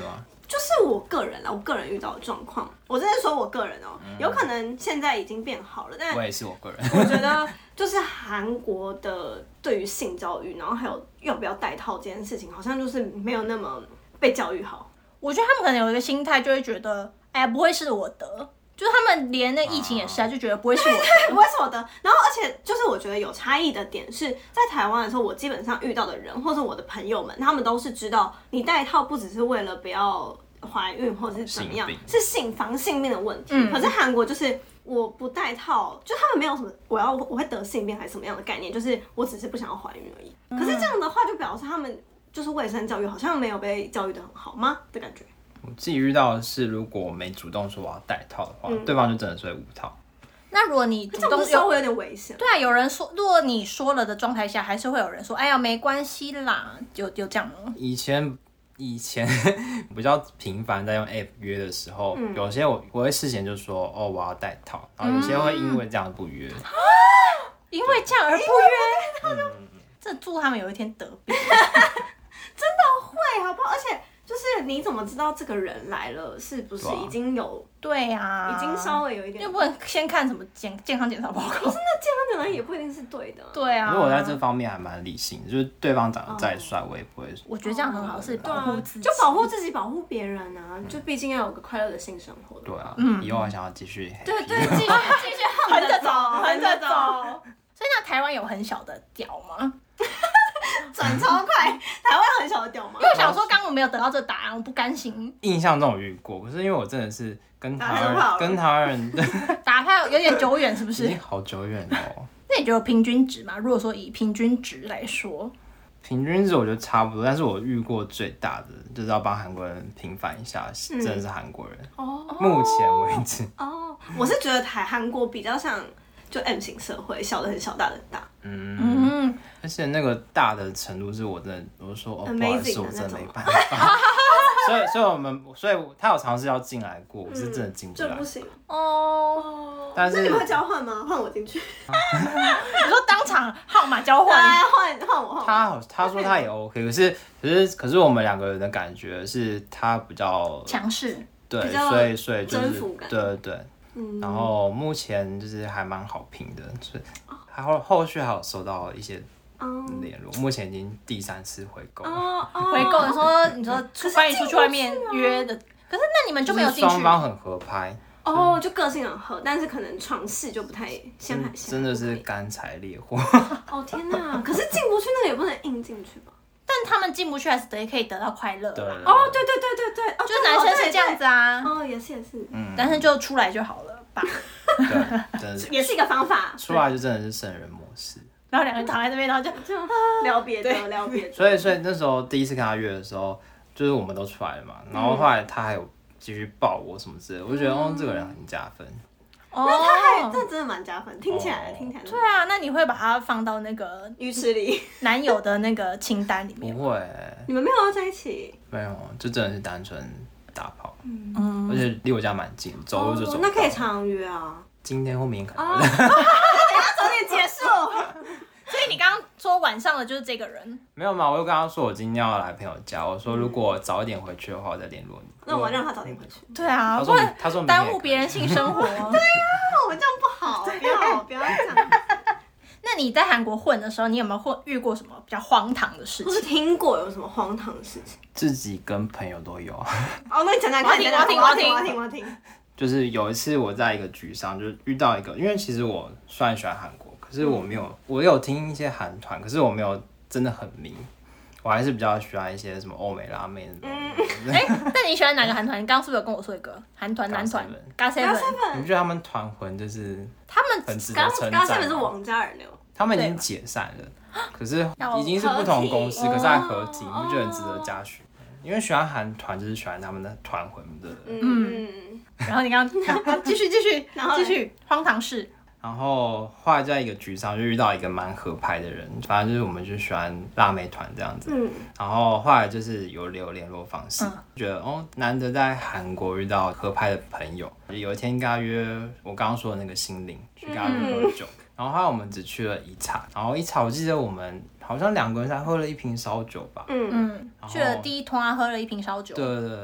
就是我个人啦，我个人遇到的状况，我真的说我个人哦、嗯，有可能现在已经变好了，但我也是我个人， 我觉得就是韩国的对于性教育，然后还有要不要戴套这件事情，好像就是没有那么被教育好。 我觉得他们可能有一个心态，就会觉得，哎呀，不会是我得。就是他们连那疫情也是啊，就觉得不会是我的， 不会是我的。然后而且就是我觉得有差异的点是在台湾的时候，我基本上遇到的人或者我的朋友们，他们都是知道你戴套不只是为了不要怀孕或者是怎么样，是性防性病的问题。嗯、可是韩国就是我不戴套，就他们没有什么我要我会得性病还是什么样的概念，就是我只是不想要怀孕而已。可是这样的话就表示他们就是卫生教育好像没有被教育的很好吗的感觉。 我自己遇到的是，如果我没主动说我要戴套的话，嗯、对方就真的是会无套。 那如果你主动， 稍微有点危险。 对啊，有人说，如果你说了的状态下，还是会有人说，哎呀，没关系啦，有有这样吗？ 以前以前比较频繁在用 app 约的时候，嗯、有些我我会事先就说，哦，我要戴套，然后有些会因为这样不约，嗯、 因为这样而不约，嗯、这祝他们有一天得病， 真的会，好不好？而且。就是你怎么知道这个人来了是不是已经有对啊， 已经稍微有一点， 又不能先看什么健健康检查报告？ 可是那健康检查也不一定是对的。 对啊， 因为我在这方面还蛮理性的，就是对方长得再帅，我也不会。 我觉得这样很好，是保护自己， 就保护自己，保护别人啊。就毕竟要有个快乐的性生活。 对啊，嗯，以后还想要继续。 对对，继续继续横着走，横着走。 所以那台湾有很小的屌吗？ 转超快，台湾很小的屌吗？ 因为我想说，刚刚我没有得到这答案，我不甘心。 印象中有遇过，可是因为我真的是跟台湾人，跟台湾人打炮有点久远，是不是？ 已经好久远哦。 那你觉得平均值嘛？如果说以平均值来说， 平均值我觉得差不多，但是我遇过最大的就是要帮韩国人平反一下，嗯、真的是韩国人。哦，目前为止。 哦，我是觉得台韩国比较像。就 M 型社会，小的很小，大的很大。 嗯，嗯而且那个大的程度是我真的，我说哦，不好意思，我真的没办法。所以，所以我们，所以他有尝试要进来过，我是真的进不来。 这不行哦。 但是那你会交换吗？换我进去。 你说当场号码交换？ 换换我换。 他他说他也 OK， 可是可是可是我们两个人的感觉是他比较强势， 对，所以所以就是征服感， 对对对。然后目前就是还蛮好评的，所以还后后续还有收到一些联络，目前已经第三次回购了。 哦哦、回购，你说你说欢迎出去外面约的，可是那你们就没有进去？ 双方很合拍。 哦，就个性很合，但是可能床事就不太相海真的是干柴烈火。 哦天哪！可是进不去那个也不能硬进去吧？ 但他们进不去还是得可以得到快乐。 对。 哦，对对对对对，哦、 就是男生是这样子啊。 哦，也是也是。 嗯。男生就出来就好了吧。 对，真的也是一个方法。 出来就真的是圣人模式。 然后两个人躺在那边，然后就就聊别的，聊别的。 所以所以那时候第一次跟他约的时候，就是我们都出来了嘛，然后后来他还有继续抱我什么之类的，我就觉得哦，这个人很加分。 那他还这真的蛮加分，听起来听起来。 对啊，那你会把它放到那个鱼池里男友的那个清单里面？ 不会， 你们没有要在一起？ 没有，就真的是单纯打炮，嗯，而且离我家蛮近，走路就走。 那可以常约啊。 今天或明天可能。 等一下早点结束。 所以你刚刚说晚上的就是这个人？ 没有嘛，我又跟他说我今天要来朋友家，我说如果早一点回去的话，我再联络你。 那我让他早点回去。 对啊， 他说他说耽误别人性生活。对啊，我这样不好，不要不要这样。 那你在韩国混的时候，你有没有混遇过什么比较荒唐的事情？ 我是听过有什么荒唐的事情， 自己跟朋友都有。 哦，那你讲讲看， 我要听，我要听， 我要听，我要听。 就是有一次我在一个局上，就遇到一个，因为其实我虽然喜欢韩国，可是我没有，嗯、我有听一些韩团，可是我没有真的很迷，我还是比较喜欢一些什么欧美辣妹那种。 哎、嗯，那你喜欢哪个韩团？你刚刚是不是有跟我说一个韩团男团 ？G O T 你不觉得他们团魂就是他们很值得称赞？ G O T 是王嘉尔那种， 他们已经解散了，可是已经是不同公司，可是还合体，你不觉得很值得嘉许？因为喜欢韩团就是喜欢他们的团魂的。 嗯。然后你刚刚继续继续继续荒唐事。 然后后来在一个局上就遇到一个蛮合拍的人，反正就是我们就喜欢辣妹团这样子。嗯。然后后来就是有留联络方式，嗯、觉得哦难得在韩国遇到合拍的朋友，有一天跟他约我刚刚说的那个心灵去跟他约喝酒。嗯、然后后来我们只去了一场，然后一场我记得我们好像两个人才喝了一瓶烧酒吧。 嗯嗯。去了第一团喝了一瓶烧酒。 对对对。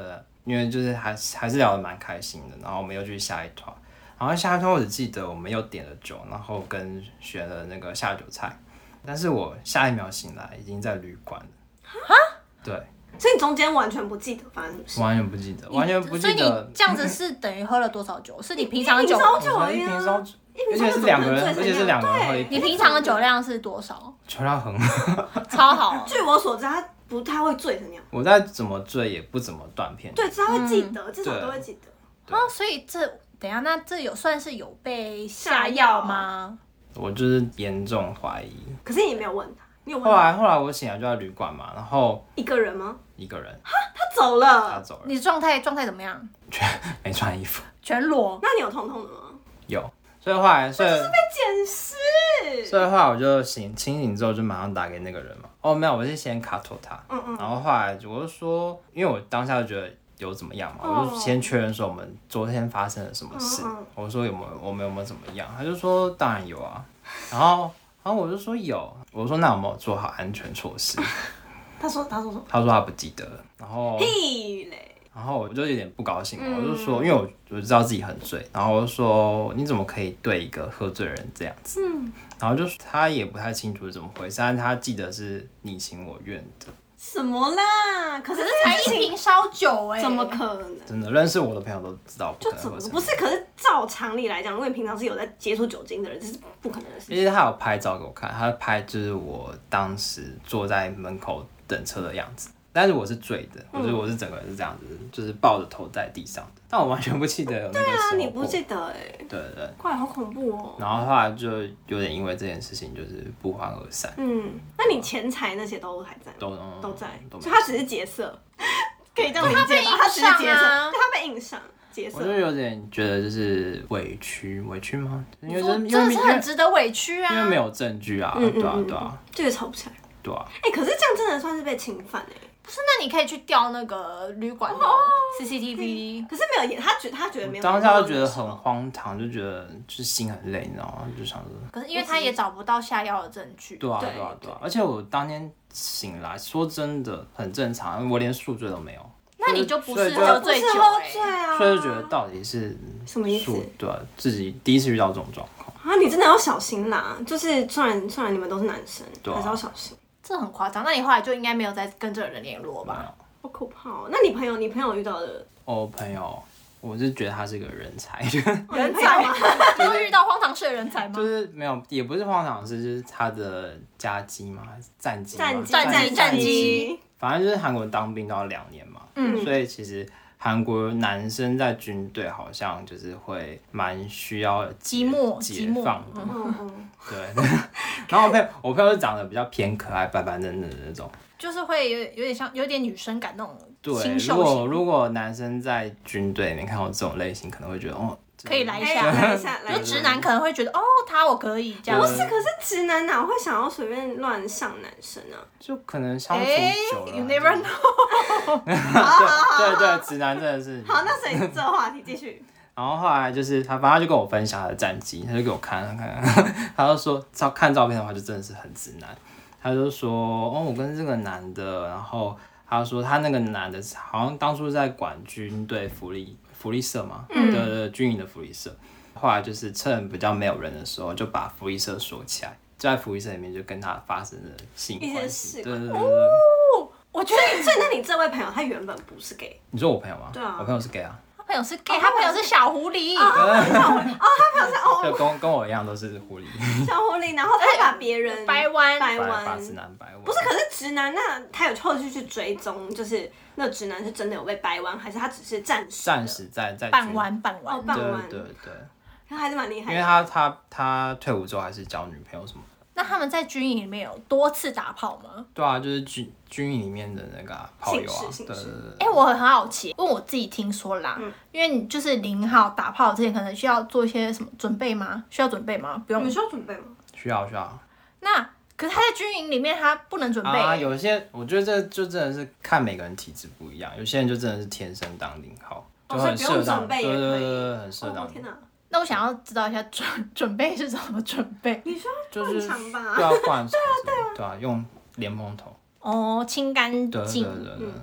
因为就是还是还是聊得蛮开心的，然后我们又去下一团，然后下一团我只记得我们又点了酒，然后跟选了那个下酒菜，但是我下一秒醒来已经在旅馆了。哈？对。 所以你中间完全不记得发生什么事？ 完全不记得，完全不记得。 所以你这样子是等于喝了多少酒？是你平常的酒？ 一瓶烧酒而已一啊。 瓶烧酒，而且是两个人，而且是两个人喝一瓶。 你平常的酒量是多少？ 酒量很好， 超好。 据我所知，他不太会醉成那样。 我再怎么醉也不怎么断片。 对，他会记得，至少都会记得。 啊，所以这等一下，那这有算是有被下药吗？ 我就是严重怀疑。 可是你没有问他，你有问他？ 后来后来我醒来就在旅馆嘛，然后一个人吗？ 一个人。 哈，他走了。 他走了。 你状态状态怎么样？ 全没穿衣服。 全裸。 那你有痛痛的吗？ 有。所以后来，所以就是被检视。 所以后来我就醒清醒之后就马上打给那个人嘛。哦，没有，我是先卡托他。嗯嗯。然后后来我就说，因为我当下就觉得有怎么样嘛，哦、我就先确认说我们昨天发生了什么事。嗯嗯我说有没有我们有没有怎么样？他就说当然有啊。然后然后我就说有，我说那有没有做好安全措施？ 他说他说说他说他不记得。然后屁嘞。 然后我就有点不高兴嘛，嗯、我就说，因为我我知道自己很醉，然后我就说你怎么可以对一个喝醉的人这样子？嗯，然后就他也不太清楚是怎么回事，但是他记得是你情我愿的。 什么啦？可是才一瓶烧酒哎、欸， 怎么可能？ 真的认识我的朋友都知道不可能就怎么不是？可是照常理来讲，如果你平常是有在接触酒精的人，这是不可能的事情。 因为他有拍照给我看，他拍就是我当时坐在门口等车的样子。但是我是醉的，我觉得我是整个人是这样子，嗯、就是抱着头在地上的，但我完全不记得有那个时候。 对啊，你不记得哎、欸？ 对对对。 怪好恐怖哦。 然后后来就有点因为这件事情就是不欢而散。 嗯，那你钱财那些都还在吗？ 都、嗯、 都在， 都所以他只是劫色，可以这样理解吗？他只是劫色，对他被印上。 我就有点觉得就是委屈，委屈吗？因为真的是很值得委屈啊， 因为没有证据啊，嗯、对啊对啊， 这个吵不起来。 对啊。 哎、欸，可是这样真的算是被侵犯哎、欸。 不是，那你可以去调那个旅馆的 C C T V，、哦、 可是没有演，他觉他觉得没有。 当下就觉得很荒唐，就觉得就是心很累，你知道吗？就想着。 可是因为他也找不到下药的证据。 对啊对啊对啊，而且我当天醒来，说真的很正常，我连宿醉都没有。 那你就不是喝醉酒哎， 所以就觉得到底是什么意思？ 对啊，自己第一次遇到这种状况啊，你真的要小心啦！就是虽然虽然你们都是男生，对啊、还是要小心。 这很夸张，那你后来就应该没有再跟这个人联络吧？ 好可怕哦！那你朋友，你朋友遇到的？ 哦，朋友，我是觉得他是个人才。 人才吗？你会遇到荒唐事的人才吗？ 就是没有，也不是荒唐事，就是他的家机嘛，战机， 战机，战机，战机。 反正就是韩国人当兵都要两年嘛，嗯，所以其实韩国男生在军队好像就是会蛮需要寂寞、 解放的，嗯、对。然后我朋友，我朋友是长得比较偏可爱、白白嫩嫩的那种， 就是会有有点像有点女生感那种对，如果如果男生在军队里面看到这种类型，可能会觉得哦， 可以来一下， 来一下， 就直男可能会觉得哦，他我可以这样。 不是，可是直男哪会想要随便乱上男生啊？ 就可能相处久了。 You never know 对对对，直男真的是。 好，那所以这个话题继续。 然后后来就是他，反正他就跟我分享他的战绩，他就给我看看，他就说照看照片的话，就真的是很直男。他就说哦，我跟这个男的，然后他说他那个男的好像当初在管军队福利福利社嘛，嗯、的军营的福利社，后来就是趁比较没有人的时候，就把福利社锁起来，就在福利社里面就跟他发生了性关系。对对对对。 哦，我觉得，所以那你这位朋友他原本不是 gay？ 你说我朋友吗？ 对啊， 我朋友是 gay 啊。 他朋友是 gay，、哦、他朋友是小狐狸。 哦，他朋友是哦， 就跟跟我一样都是狐狸。 小狐狸，然后他把别人掰弯， 掰弯， 把直男掰弯。 不是，可是直男那他有后续去追踪，就是那直男是真的有被掰弯，还是他只是暂时暂时在在半弯半弯？ 哦，半弯， 对对对。 他还是蛮厉害的， 因为他他他退伍之后还是交女朋友什么的。 那他们在军营里面有多次打炮吗？ 对啊，就是军军营里面的那个、啊、炮友啊。对对对。 哎、欸，我很好奇，因为我自己听说啦，嗯、因为你就是零号打炮之前可能需要做一些什么准备吗？需要准备吗？不用。 你需要准备吗？ 需要需要。 那可是他在军营里面，他不能准备、欸。 啊，有些我觉得这就真的是看每个人体质不一样，有些人就真的是天生当零号，就很适合当，对对对对，很适合当。 天哪！ 那我想要知道一下准准备是怎么准备？ 你说灌肠吧？ 对啊，灌肠。对啊，用莲蓬头。 哦，清干净。 对对对对。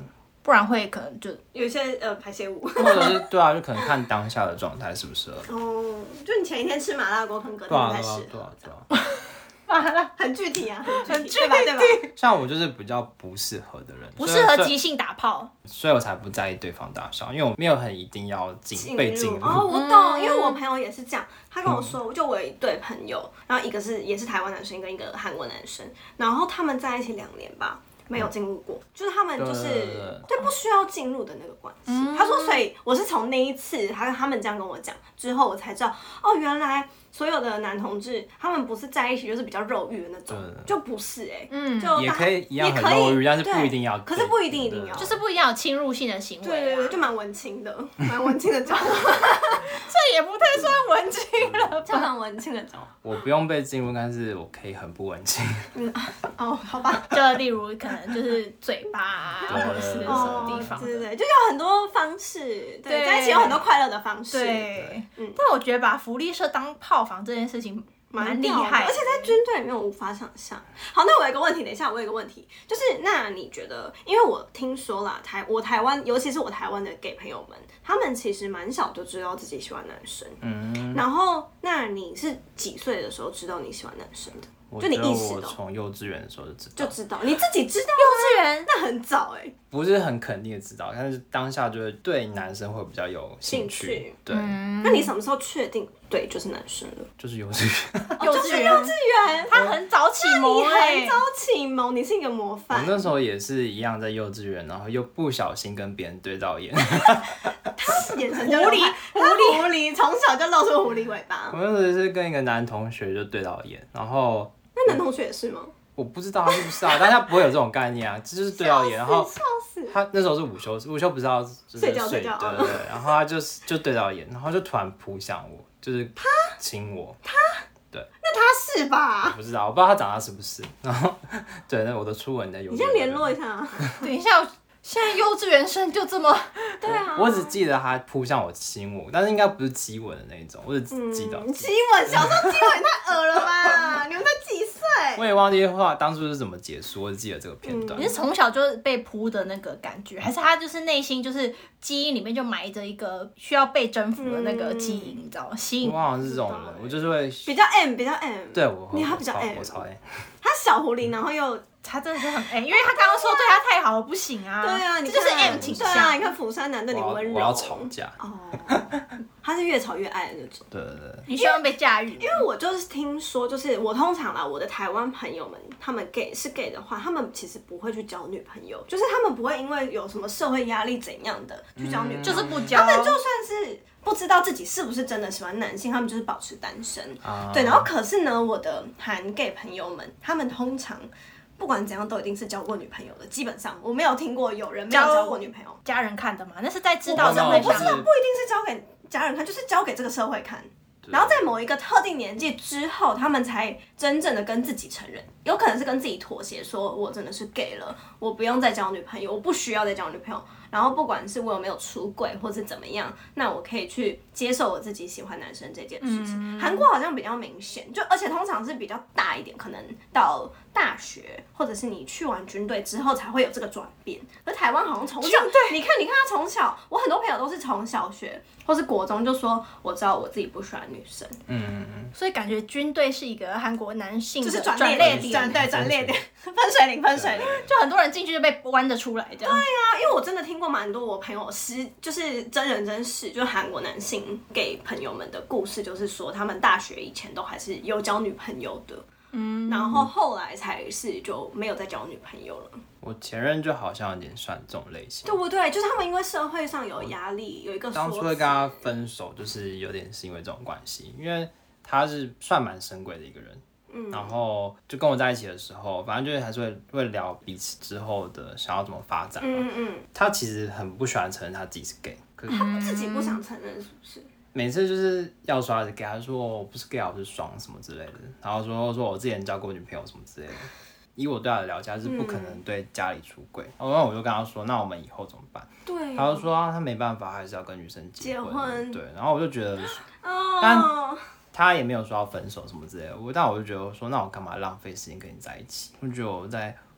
不然会可能就有一些呃排泄物， 或者是对啊，就可能看当下的状态适不适合。 哦，就你前一天吃麻辣锅，可能隔对啊， 天不太对啊， 适合， 对啊，对啊。 很具体啊， 很很具具体，对吧？对吧？ 像我就是比较不适合的人， 不适合所以即兴打炮。 所以我才不在意对方大小，因为我没有很一定要进被进入。 哦，我懂，因为我朋友也是这样，他跟我说，就我有一对朋友，然后一个是也是台湾男生，跟一个韩国男生，然后他们在一起两年吧。没有进入过，就是他们就是对对对对不需要进入的那个关系。他说，所以我是从那一次他他们这样跟我讲之后，我才知道哦，原来所有的男同志他们不是在一起就是比较肉欲的那种，就不是哎、欸，嗯，就也可以一样很也可以肉欲，但是不一定要， 可是不一定一定要， 就是不一定要有侵入性的行为、啊。 对对对，就蛮文青的，蛮文青的招， 这也不太算文青了吧， 就蛮文青的招。 我不用被进入，但是我可以很不文青。 嗯，哦，好吧。 就例如可能就是嘴巴啊，或者是什么地方、 哦，对对对，就有很多方式，对， 对在一起有很多快乐的方式。 对， 嗯， 但我觉得把福利社当炮房这件事情蛮厉害的， 而且在军队里面我无法想象。好，那我有一个问题，等一下我有一个问题，就是那你觉得，因为我听说啦，台我台湾，尤其是我台湾的 gay 朋友们，他们其实蛮小就知道自己喜欢男生。嗯，然后那你是几岁的时候知道你喜欢男生的？就你意识我到， 从幼稚园的时候就知道， 就知道你自己知道幼稚园那很早哎、欸， 不是很肯定的知道，但是当下就会对男生会比较有兴趣。 兴趣对、 嗯那你什么时候确定对就是男生了？ 就是幼稚园。 幼稚园， 幼稚园， 他很早启蒙你哎、 很早启蒙，你是一个模我范。 那时候也是一样，在幼稚园，然后又不小心跟别人对到眼。 眼神就狐狸狐狸狐狸，从小就露出狐狸尾巴我。那时候是跟一个男同学就对到眼，然后那男同学也是吗？ 我不知道他是不是啊，但他不会有这种概念啊，这就是对到眼，然后笑死！ 他那时候是午休，午休不是要就是睡觉睡睡觉对对对，然后他就是就对到眼，然后就突然扑向我，就是亲我， 那他是吧？ 不知道，我不知道他长大是不是，然后对，那我的初吻在幼稚园， 你先联络一下啊。 等一下，现在幼稚园生就这么， 对啊， 我只记得他扑向我亲我，但是应该不是激吻的那一种，我只记得。 嗯，激吻，小时候激吻也太恶了吧？你们才几岁？ 我也忘记话当初是怎么结束，我只记得这个片段。 你是从小就被扑的那个感觉，还是他就是内心就是基因里面就埋着一个需要被征服的那个基因，你知道吗？吸引我好像是这种人，我就是会比较 M， 比较 M。 对我， 你还比较我超 M， 我超 M。 他小狐狸，然后又他真的是很 M，因为他刚刚说对他太好了不行啊， 对啊，你这就是看 M 倾对啊， 向。 你看釜山男对你温柔， 我要吵架。 哦，他是越吵越爱的那种。 对对对。 你希望被驾驭， 因为我就是听说，就是我通常啦，我的台湾朋友们，他们 gay 是 gay 的话，他们其实不会去交女朋友，就是他们不会因为有什么社会压力怎样的去交女朋友， 就是不交。 他们就算是不知道自己是不是真的喜欢男性，他们就是保持单身。 啊对，然后可是呢，我的韩 gay 朋友们，他们通常不管怎样都一定是交过女朋友的，基本上我没有听过有人没有交过女朋友。 家人看的嘛，那是在知道的我会上我不知道，不一定是交给家人看，就是交给这个社会看。然后在某一个特定年纪之后，他们才真正的跟自己承认，有可能是跟自己妥协，说我真的是 gay 了，我不用再交女朋友，我不需要再交女朋友。然后不管是我有没有出柜或是怎么样，那我可以去接受我自己喜欢男生这件事情。韩、国好像比较明显，就而且通常是比较大一点，可能到大学或者是你去完军队之后才会有这个转变。而台湾好像从小，你看你看他从小，我很多朋友都是从小学或是国中就说我知道我自己不喜欢女生， 嗯， 所以感觉军队是一个韩国男性的就是转捩捩点， 转对转捩点，分水岭分水岭。 就很多人进去就被弯得出来这样。对啊，因为我真的听过蛮多我朋友实就是真人真事，就是韩国男性给朋友们的故事，就是说他们大学以前都还是有交女朋友的，嗯，然后后来才是就没有再交女朋友了。 我前任就好像有点算这种类型， 对不对？就是他们因为社会上有压力，有一个当初会跟他分手，就是有点是因为这种关系，因为他是算蛮深贵的一个人。嗯、然后就跟我在一起的时候，反正就是还是会会聊彼此之后的想要怎么发展嘛。嗯嗯。他其实很不喜欢承认他自己是 gay， 可是他自己不想承认，是不是？ 每次就是要说他是 gay，他说我不是 gay， 我是双什么之类的，然后说说我之前交过女朋友什么之类的。以我对他的了解，他是不可能对家里出柜。然后、嗯、我就跟他说，那我们以后怎么办？ 对、哦。 他就说、啊、他没办法，还是要跟女生结婚。 结婚。 对，然后我就觉得， 哦。 但他也没有说要分手什么之类的。我但我就觉得说，那我干嘛浪费时间跟你在一起？我觉得我在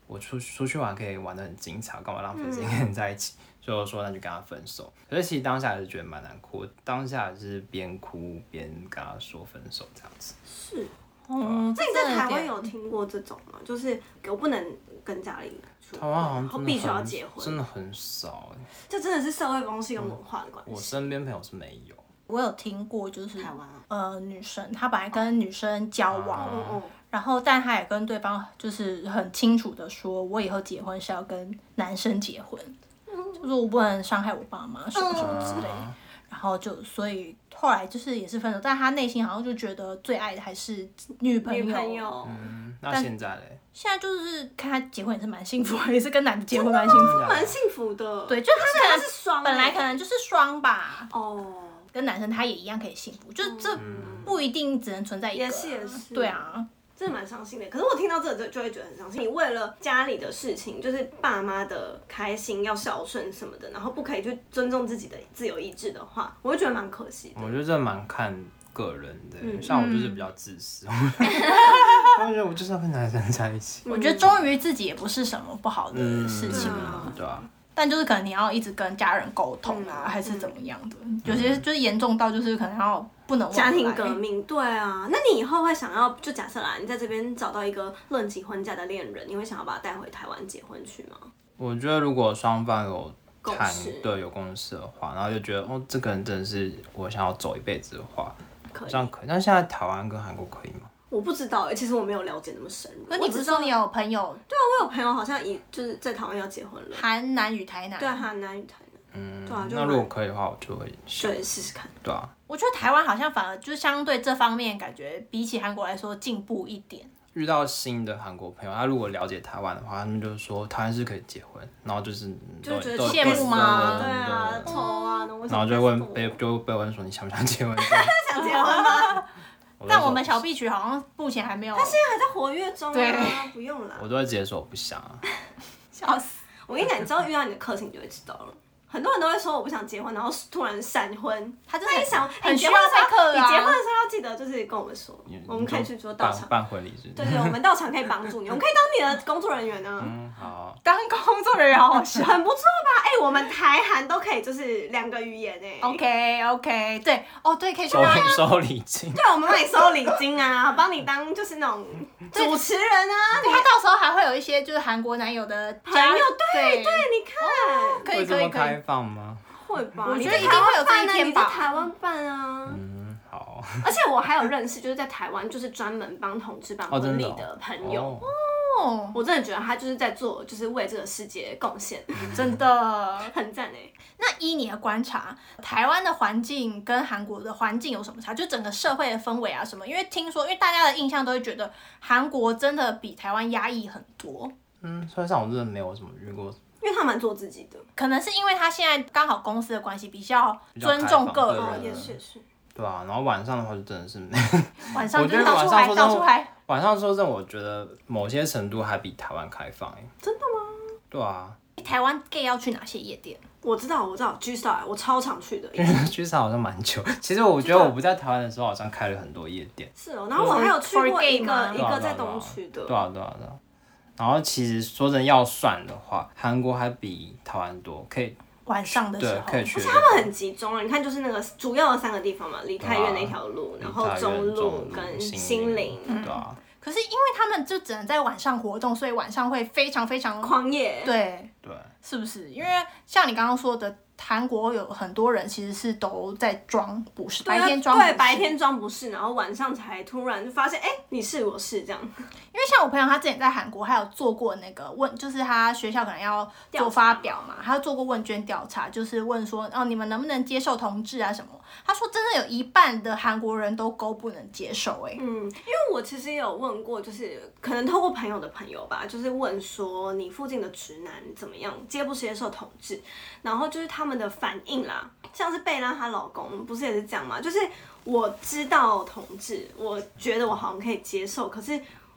我出出去玩可以玩得很精彩，干嘛浪费时间跟你在一起？所以我说那就跟他分手。可是其实当下还是觉得蛮难过，当下是边哭边跟他说分手这样子。 是， 嗯， 那你在台湾有听过这种吗？就是我不能跟家里出台湾好像然后必须要结婚， 真的很少哎。 这真的是社会风气跟文化的关系。 我身边朋友是没有。 我有听过，就是台湾啊呃女生，她本来跟女生交往， 嗯嗯， 然后但她也跟对方就是很清楚的说，我以后结婚是要跟男生结婚，就是我不能伤害我爸妈什么什么之类的。然后就所以后来就是也是分手，但他内心好像就觉得最爱的还是女朋友。 女朋友， 嗯，那现在嘞？ 现在就是看他结婚也是蛮幸福的，也是跟男的结婚蛮幸福的， 蛮幸福的。 对，就他可能是双， 本来可能就是双吧。 哦。 跟男生他也一样可以幸福，就这不一定只能存在一个、啊。 也是也是。 对啊， 真的蛮伤心的。可是我听到这就就会觉得很伤心。你为了家里的事情，就是爸妈的开心，要孝顺什么的，然后不可以去尊重自己的自由意志的话，我会觉得蛮可惜的。 我觉得这蛮看个人的，嗯、像我就是比较自私， 嗯、 我觉得我就是要跟男生在一起。 我觉得忠于自己也不是什么不好的事情啊， 嗯、对啊。 但就是可能你要一直跟家人沟通啊，嗯、还是怎么样的？嗯、有些就是严重到就是可能要不能家庭革命。对啊，那你以后会想要就假设啦，你在这边找到一个论及婚嫁的恋人，你会想要把他带回台湾结婚去吗？ 我觉得如果双方有谈对有共识的话，然后就觉得哦，这个人真的是我想要走一辈子的话， 可以这样可以。但现在台湾跟韩国可以吗？ 我不知道哎、欸，其实我没有了解那么深入。 可你不是说你有朋友？ 对啊，我有朋友好像已就是在台湾要结婚了。 韩南与台南。 对，韩南与台南。 嗯， 对啊， 那如果可以的话，我就会对试试看。 对啊， 我觉得台湾好像反而就是相对这方面感觉比起韩国来说进步一点。 遇到新的韩国朋友，他如果了解台湾的话，他们就说台湾是可以结婚，然后就是就觉得羡慕吗？ 对啊，丑啊， 然后就会问被就会被问说你想不想结婚？ 想结婚吗？ 但我们小 B 曲好像目前还没有， 他现在还在活跃中啊，不用啦。 我都会直接说我不想啊。 笑死！我跟你讲，你知道遇到你的课程你就会知道了。很多人都会说我不想结婚，然后突然闪婚。他真的很想很需要备课啊！你结婚的时候要记得就是跟我们说，我们可以去做到场办婚礼是。 对对，我们到场可以帮助你，我们可以当你的工作人员呢。 嗯，好。 当工作人员好好笑， 很不错吧？哎，我们台韩都可以，就是两个语言哎。 OK OK， 对哦对，可以收收礼金。 对，我们帮你收礼金啊，帮你当就是那种主持人啊。 他到时候还会有一些就是韩国男友的朋友，对对，你看， 可以可以可以。 开放吗？ 会吧， 我觉得一定会有这一天吧。 你在台湾办啊， 嗯，好。 而且我还有认识，就是在台湾就是专门帮同志办婚礼的朋友。哦，我真的觉得他就是在做，就是为这个世界贡献， 真的很赞哎。 那依你的观察，台湾的环境跟韩国的环境有什么差？就整个社会的氛围啊什么？因为听说，因为大家的印象都会觉得韩国真的比台湾压抑很多。 嗯，实际上我真的没有什么遇过。 因为他蛮做自己的， 可能是因为他现在刚好公司的关系比较尊重个人， 也是也是。 对啊，然后晚上的话就真的是， 晚上就是到处嗨，到处嗨。 晚上说真的，我觉得某些程度还比台湾开放哎。 真的吗？ 对啊。 台湾 gay 要去哪些夜店？ 我知道，我知道 G Star， 我超常去的。 G Star 好像蛮久，其实我觉得我不在台湾的时候，好像开了很多夜店。 是哦，然后我还有去过一个一个在东区的。 对啊对啊对啊。然后其实说真的要算的话，韩国还比台湾多，可以晚上的时候， 对，可以去。 而且他们很集中啊，你看就是那个主要的三个地方嘛，梨泰院那条路，然后中路跟新林， 对啊。 可是因为他们就只能在晚上活动，所以晚上会非常非常狂野。 对对， 是不是？因为像你刚刚说的。韩国有很多人其实是都在装不是，白天装不是， 对，白天装不是，然后晚上才突然就发现，哎、欸，你是我是这样。 因为像我朋友，他之前在韩国还有做过那个问，就是他学校可能要做发表嘛，他做过问卷调查，就是问说，哦，你们能不能接受同志啊什么？他说真的有一半的韩国人都勾不能接受、欸，哎， 嗯，因为我其实也有问过，就是可能透过朋友的朋友吧，就是问说你附近的直男怎么样，接不接受同志，然后就是他们的反应啦，像是贝拉她老公不是也是这样吗？就是我知道同志，我觉得我好像可以接受，可是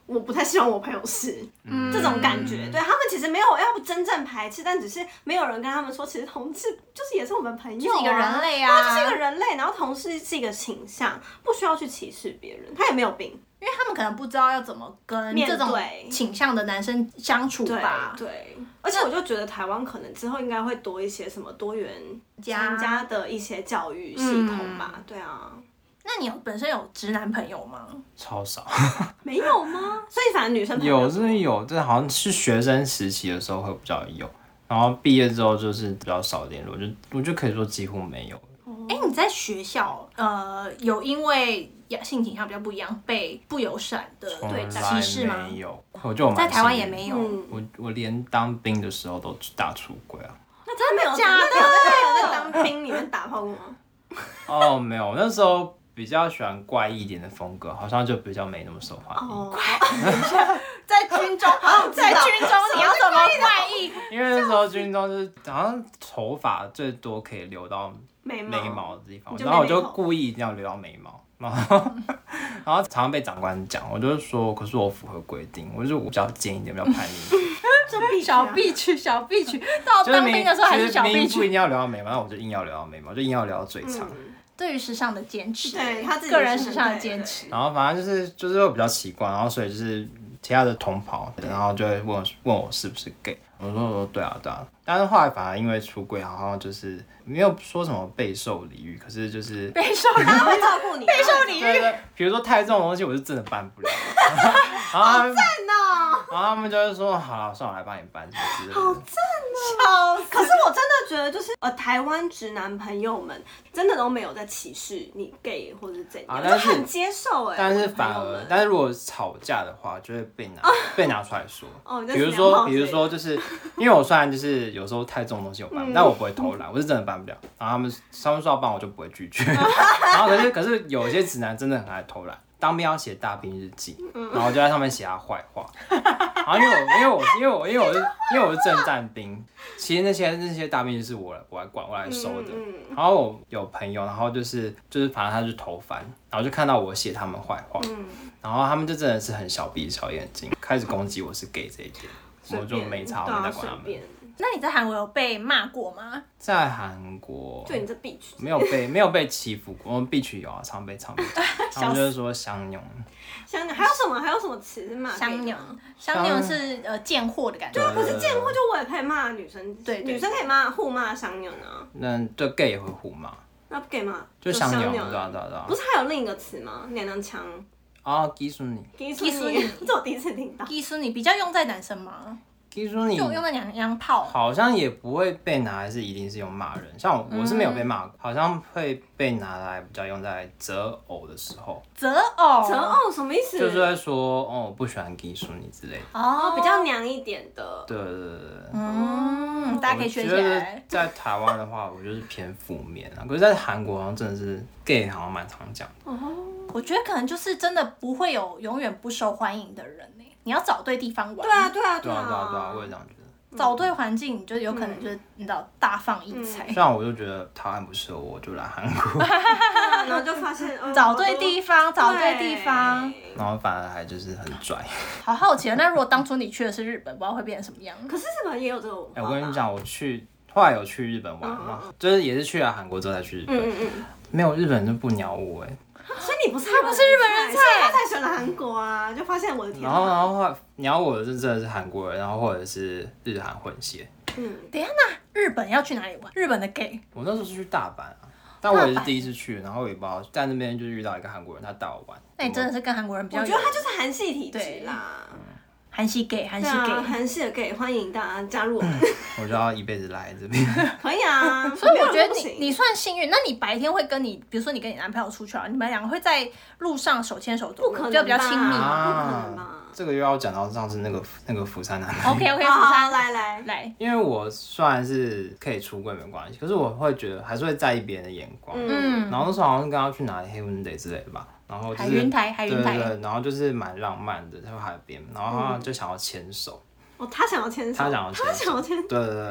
我不太希望我朋友是、嗯、这种感觉。对，他们其实没有要不真正排斥，但只是没有人跟他们说，其实同志就是也是我们朋友、啊， 就是一个人类啊， 他就是一个人类。然后同志是一个倾向，不需要去歧视别人，他也没有病， 因为他们可能不知道要怎么跟这种倾向的男生相处吧。 对，对，而且我就觉得台湾可能之后应该会多一些什么多元参加的一些教育系统吧。嗯、对啊。 那你本身有直男朋友吗？ 超少。 没有吗？所以反正女生朋友有，真的有，这好像是学生时期的时候会比较有，然后毕业之后就是比较少联络，就我就可以说几乎没有。 哎、欸，你在学校呃有因为性倾向比较不一样被不友善的对歧视吗？ 没有，我就在台湾也没有。 嗯、 我我连当兵的时候都大出轨啊。 那真的没有假的？ 那有在当兵里面打炮过吗？ 哦，没有，那时候。比较喜欢怪异一点的风格，好像就比较没那么受欢迎。 哦， 在军中，在军中你要怎么怪异？ 因为那时候军中就是好像头发最多可以留到眉毛眉毛的地方，然后我就故意一定要留到眉毛，然后然后常常被长官讲，我就说，可是我符合规定，我就是我比较尖一点，比较叛逆。 小 B 区，小 B 区，到当兵的时候还是小 B 区。 不一定要留到眉毛，那我就硬要留到眉毛，就硬要留到最长。 嗯对于时尚的坚持， 对他自己个人时尚的坚持， 然后反正就是就是会比较奇怪，然后所以就是其他的同袍，然后就会问我问我是不是 gay， 我说我说对啊对啊，但是后来反而因为出柜，好像就是没有说什么备受礼遇，可是就是备受礼遇， 他会照顾你， 备受礼遇， 对对，比如说太重的东西，我是真的搬不了，然后他们好赞哦， 然后他们就会说好了，算我来帮你搬什么之类的， 好赞哦，可是我真的觉得就是呃台湾直男朋友们真的都没有在歧视你 gay 或者是怎样，啊、就很接受哎。 但是反而，但是如果吵架的话，就会被拿、啊、被拿出来说。 哦， 比如说，比如说，就是因为我虽然就是有时候太重的东西我搬，嗯、但我不会偷懒，我是真的搬不了。然后他们他们说要帮我就不会拒绝。然后可是可是有些直男真的很爱偷懒。当兵要写大兵日记，然后就在上面写他坏话。然后因为我因为我因为我因为我是因为我是政战兵，其实那些那些大兵是我来我来管我来收的。然后我有朋友，然后就是就是反正他就投翻，然后就看到我写他们坏话，然后他们就真的是很小闭小眼睛，开始攻击我是 gay 这一点，我就没差，我没在管他们。 那你在韩国有被骂过吗？ 在韩国， 就你这 B 区没有被没有被欺负过，我们 B 区有啊，常被常被讲，他们就是说香妞， 香妞还有什么还有什么词是骂香妞？香妞是呃贱货的感觉， 对，可是贱货就我也可以骂女生， 对， 女生可以骂互骂香妞呢。 那对 gay 也会互骂， 那 gay 骂就香妞，对啊对啊对啊。 不是还有另一个词吗？娘娘腔。 哦，基苏尼， 基苏尼，这我第一次听到。 基苏尼比较用在男生吗？ 基苏尼就用在娘娘炮， 好像也不会被拿来是一定是用骂人，像我我是没有被骂过，好像会被拿来比较用在择偶的时候。 择偶， 择偶什么意思？ 就是会说哦，我不喜欢基苏尼之类的。 哦，比较娘一点的。 对对对对。 嗯，大家可以学起来。 在台湾的话，我就是偏负面啊，可是在韩国好像真的是 gay 好像蛮常讲的。 哦，我觉得可能就是真的不会有永远不受欢迎的人呢。你要找对地方玩。 对啊，对啊， 对啊，对啊，对啊，我也这样觉得。 找对环境，你就有可能就是你知道大放异彩。 虽然我就觉得台湾不适合我，就来韩国。 然后就发现找对地方，找对地方。 然后反而还就是很拽。 好好奇啊！那如果当初你去的是日本，不知道会变成什么样？ 可是日本也有这个文化。 哎，我跟你讲，我去后来有去日本玩嘛，就是也是去了韩国之后才去日本。嗯嗯。没有日本人就不鸟我哎。 所以你不是他不是日本人菜， 他才选了韩国啊！就发现我的天。 然后，然后后来鸟我的是真的是韩国人，然后或者是日韩混血。 嗯，等一下，那日本要去哪里玩？日本的 gay？ 我那时候是去大阪啊，但我也是第一次去，然后也不知道在那边就遇到一个韩国人，他带我玩。 那你真的是跟韩国人比较？ 我觉得他就是韩系体质啦。 韩系 gay， 韩系 gay， 韩系的 gay， 欢迎大家加入我们。 我就要一辈子来这边。 可以啊， 所以我觉得你你算幸运。那你白天会跟你，比如说你跟你男朋友出去啊，你们两个会在路上手牵手走， 不可能就比较亲密嘛？不可能吧？ 这个又要讲到上次那个那个釜山男朋友。 OK OK， 釜山来来来。 因为我虽然是可以出柜没关系，可是我会觉得还是会在意别人的眼光。嗯。然后那时候好像是跟他去哪里黑温 day 之类的吧。然后就是、 海云台，海云台， 对对对，然后就是蛮浪漫的，在海边，然后他就想要牵手。 哦，他想要牵手， 他想要牵手， 他想要牵手， 对对对。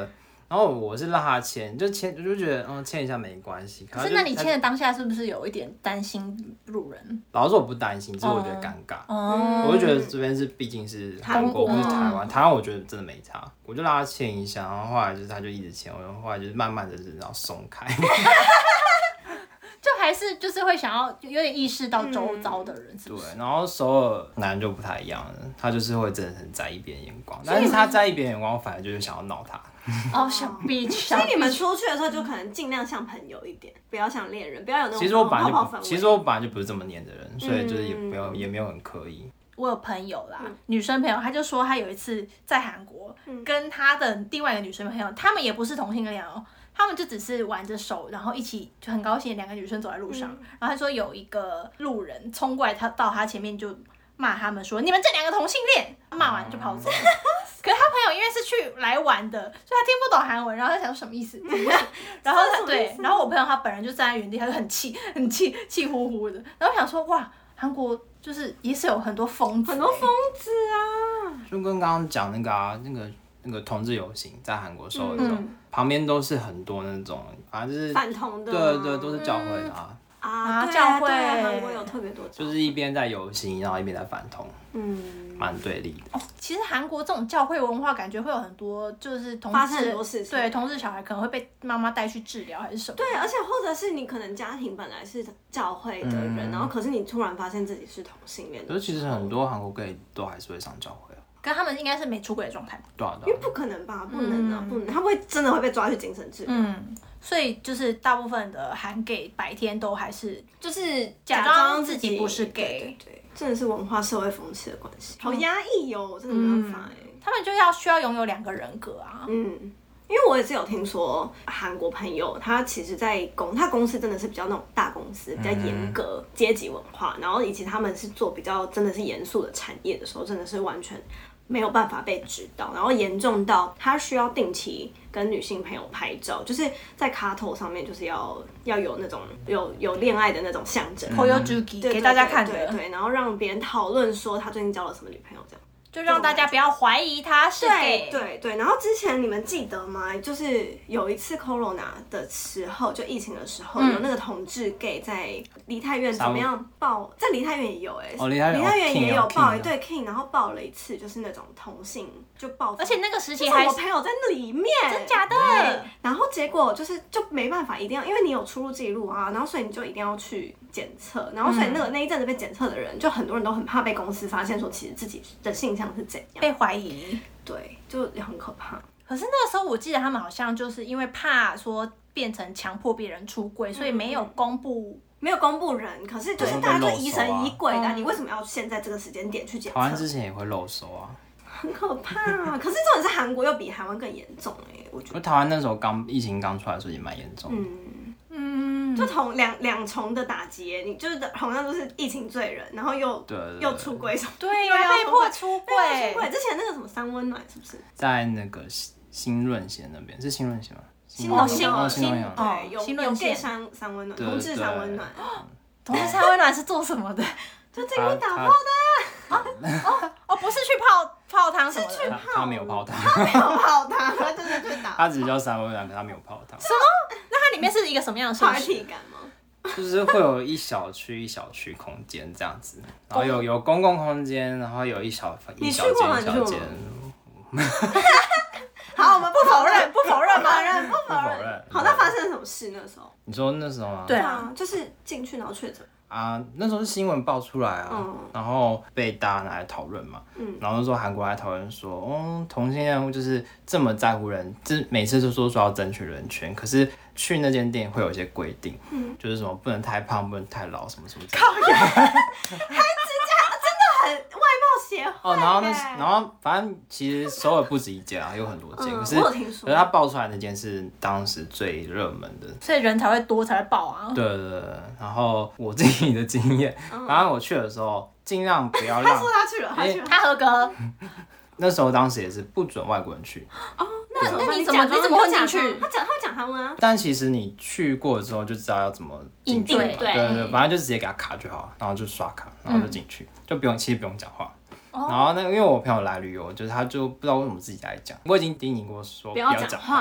然后我是让他签，就签我就觉得嗯签一下没关系。 可是那你签的当下是不是有一点担心路人？ 老实说我不担心，只是我觉得尴尬。 哦， 我就觉得这边是毕竟是韩国，不是台湾。台湾我觉得真的没差，我就让他签一下，然后后来就是他就一直签，我后来就是慢慢的然后松开。 就还是就是会想要有点意识到周遭的人，是不是？ 对，然后首尔男人就不太一样了，他就是会真的很在意别人眼光，但是他在意别人眼光，我反而就是想要闹他。 哦，小 bitch， 所以你们出去的时候就可能尽量像朋友一点，不要像恋人，不要有那种其实我本来就泡泡氛围。 其实我本来就不是这么黏的人，所以就是也没有、嗯、也没有很刻意。 我有朋友啦，嗯、女生朋友，她就说她有一次在韩国、嗯、跟她的另外一个女生朋友，她们也不是同性恋哦。他们就只是玩着手，然后一起就很高兴，两个女生走在路上。嗯、然后他说有一个路人冲过来，他到他前面就骂他们说：“你们这两个同性恋！”骂完就跑走了。可是他朋友因为是去来玩的，所以他听不懂韩文，然后他想说什么意思？然后他对，然后我朋友他本人就站在原地，他就很气，很气，气呼呼的。然后我想说，哇，韩国就是也是有很多疯子、欸， 很多疯子啊！ 就跟刚刚讲那个啊，那个。那个同志游行在韩国首尔的时候，嗯、旁边都是很多那种，反正就是反同的， 对对，都是教会的啊。 嗯、啊，教会韩国有特别多， 就是一边在游行，然后一边在反同，嗯，蛮对立的。 哦，其实韩国这种教会文化，感觉会有很多，就是同发生很多事情， 对，同志小孩可能会被妈妈带去治疗还是什么。 对，而且或者是你可能家庭本来是教会的人，嗯、然后可是你突然发现自己是同性恋的， 可是其实很多韩国 gay 都还是会上教会。 可他们应该是没出轨的状态吧？ 对啊， 因为不可能吧，不能啊，嗯、不能，他不会真的会被抓去精神治疗。 嗯，所以就是大部分的韩 gay 白天都还是就是假装自己不是 gay， 对, 对, 对，真的是文化社会风气的关系，好压抑哦，我真的没办法哎、嗯。 他们就要需要拥有两个人格啊。 嗯。因为我也是有听说韩国朋友，他其实在公他公司真的是比较那种大公司，比较严格阶级文化，然后以及他们是做比较真的是严肃的产业的时候，真的是完全没有办法被指导，然后严重到他需要定期跟女性朋友拍照，就是在卡头上面就是要要有那种有有恋爱的那种象征 ，Koyojuki 给大家看的， 对 对, 对，然后让别人讨论说他最近交了什么女朋友这样。 就让大家不要怀疑他是 gay。 对对对，然后之前你们记得吗？就是有一次 corona 的时候，就疫情的时候，嗯、有那个同志 gay 在梨泰院怎么样爆？在梨泰院也有哎、欸， 哦，梨泰梨泰院也有爆一对 King， 然后爆了一次，就是那种同性就爆， 而且那个时期还我朋友在里面， 真假的？ 对。然后结果就是就没办法，一定要因为你有出入记录啊，然后所以你就一定要去检测，然后所以那个、嗯、那一阵子被检测的人，就很多人都很怕被公司发现说其实自己的性向是怎样， 被怀疑， 对，就很可怕。 可是那个时候我记得他们好像就是因为怕说变成强迫别人出柜，所以没有公布。 没有公布人，可是就是大家就疑神疑鬼的、啊，你为什么要现在这个时间点去检测？ 台湾之前也会漏收啊， 很可怕、啊。可是这种是韩国又比台湾更严重哎、欸，我觉得。 台湾那时候刚疫情刚出来的时候也蛮严重的。 嗯嗯，就同两两重的打击、欸，你就是同样都是疫情罪人，然后又对对对又出柜什么， 对呀、啊，被迫出柜。 出柜之前那个什么三温暖是不是？ 在那个新润县那边，是新润县吗？ 新润新哦新对，有有 gay 三三温暖，同志三温暖。 同志三温暖是做什么的？ 就这边打炮的啊！哦哦，不是去泡泡汤什么的， 是去泡， 他没有泡汤， 他没有泡汤，他真的去打。 他只叫三温暖，可他没有泡汤。 什么？那它里面是一个什么样的设施？ 感吗？ 就是会有一小区一小区空间这样子，然后有有公共空间，然后有一小一小间一小间。 好，我们不否认， 不否认， 不否认，不否认。好，那发生了什么事那时候？ 你说那时候吗？ 对啊， 就是进去然后确诊。 啊，那时候是新闻爆出来啊，嗯、然后被大家拿来讨论嘛，嗯、然后那时候韩国来讨论说，哦，同性恋就是这么在乎人，就是每次都说说要争取人权，可是去那间店会有一些规定，嗯、就是什么不能太胖，不能太老，什么什么。 靠呀！还直接真的很外貌协会。 哦，然后那然后反正其实首尔不止一间啊，有很多间， 嗯、 可是我有听说， 可是他爆出来那间是当时最热门的， 所以人才会多才会爆啊。 对对对，然后我自己的经验，反正我去的时候尽量不要让。 他说他去了，他去了， 他合格。 那时候当时也是不准外国人去。 哦，那那你怎么你怎么混进去？ 他讲他会讲韩文啊。 但其实你去过之后就知道要怎么进去嘛，对对对，反正就直接给他卡就好，然后就刷卡，然后就进去，就不用其实不用讲话。然后那个因为我朋友来旅游，就是他就不知道为什么自己在讲，我已经叮咛过说不要讲话。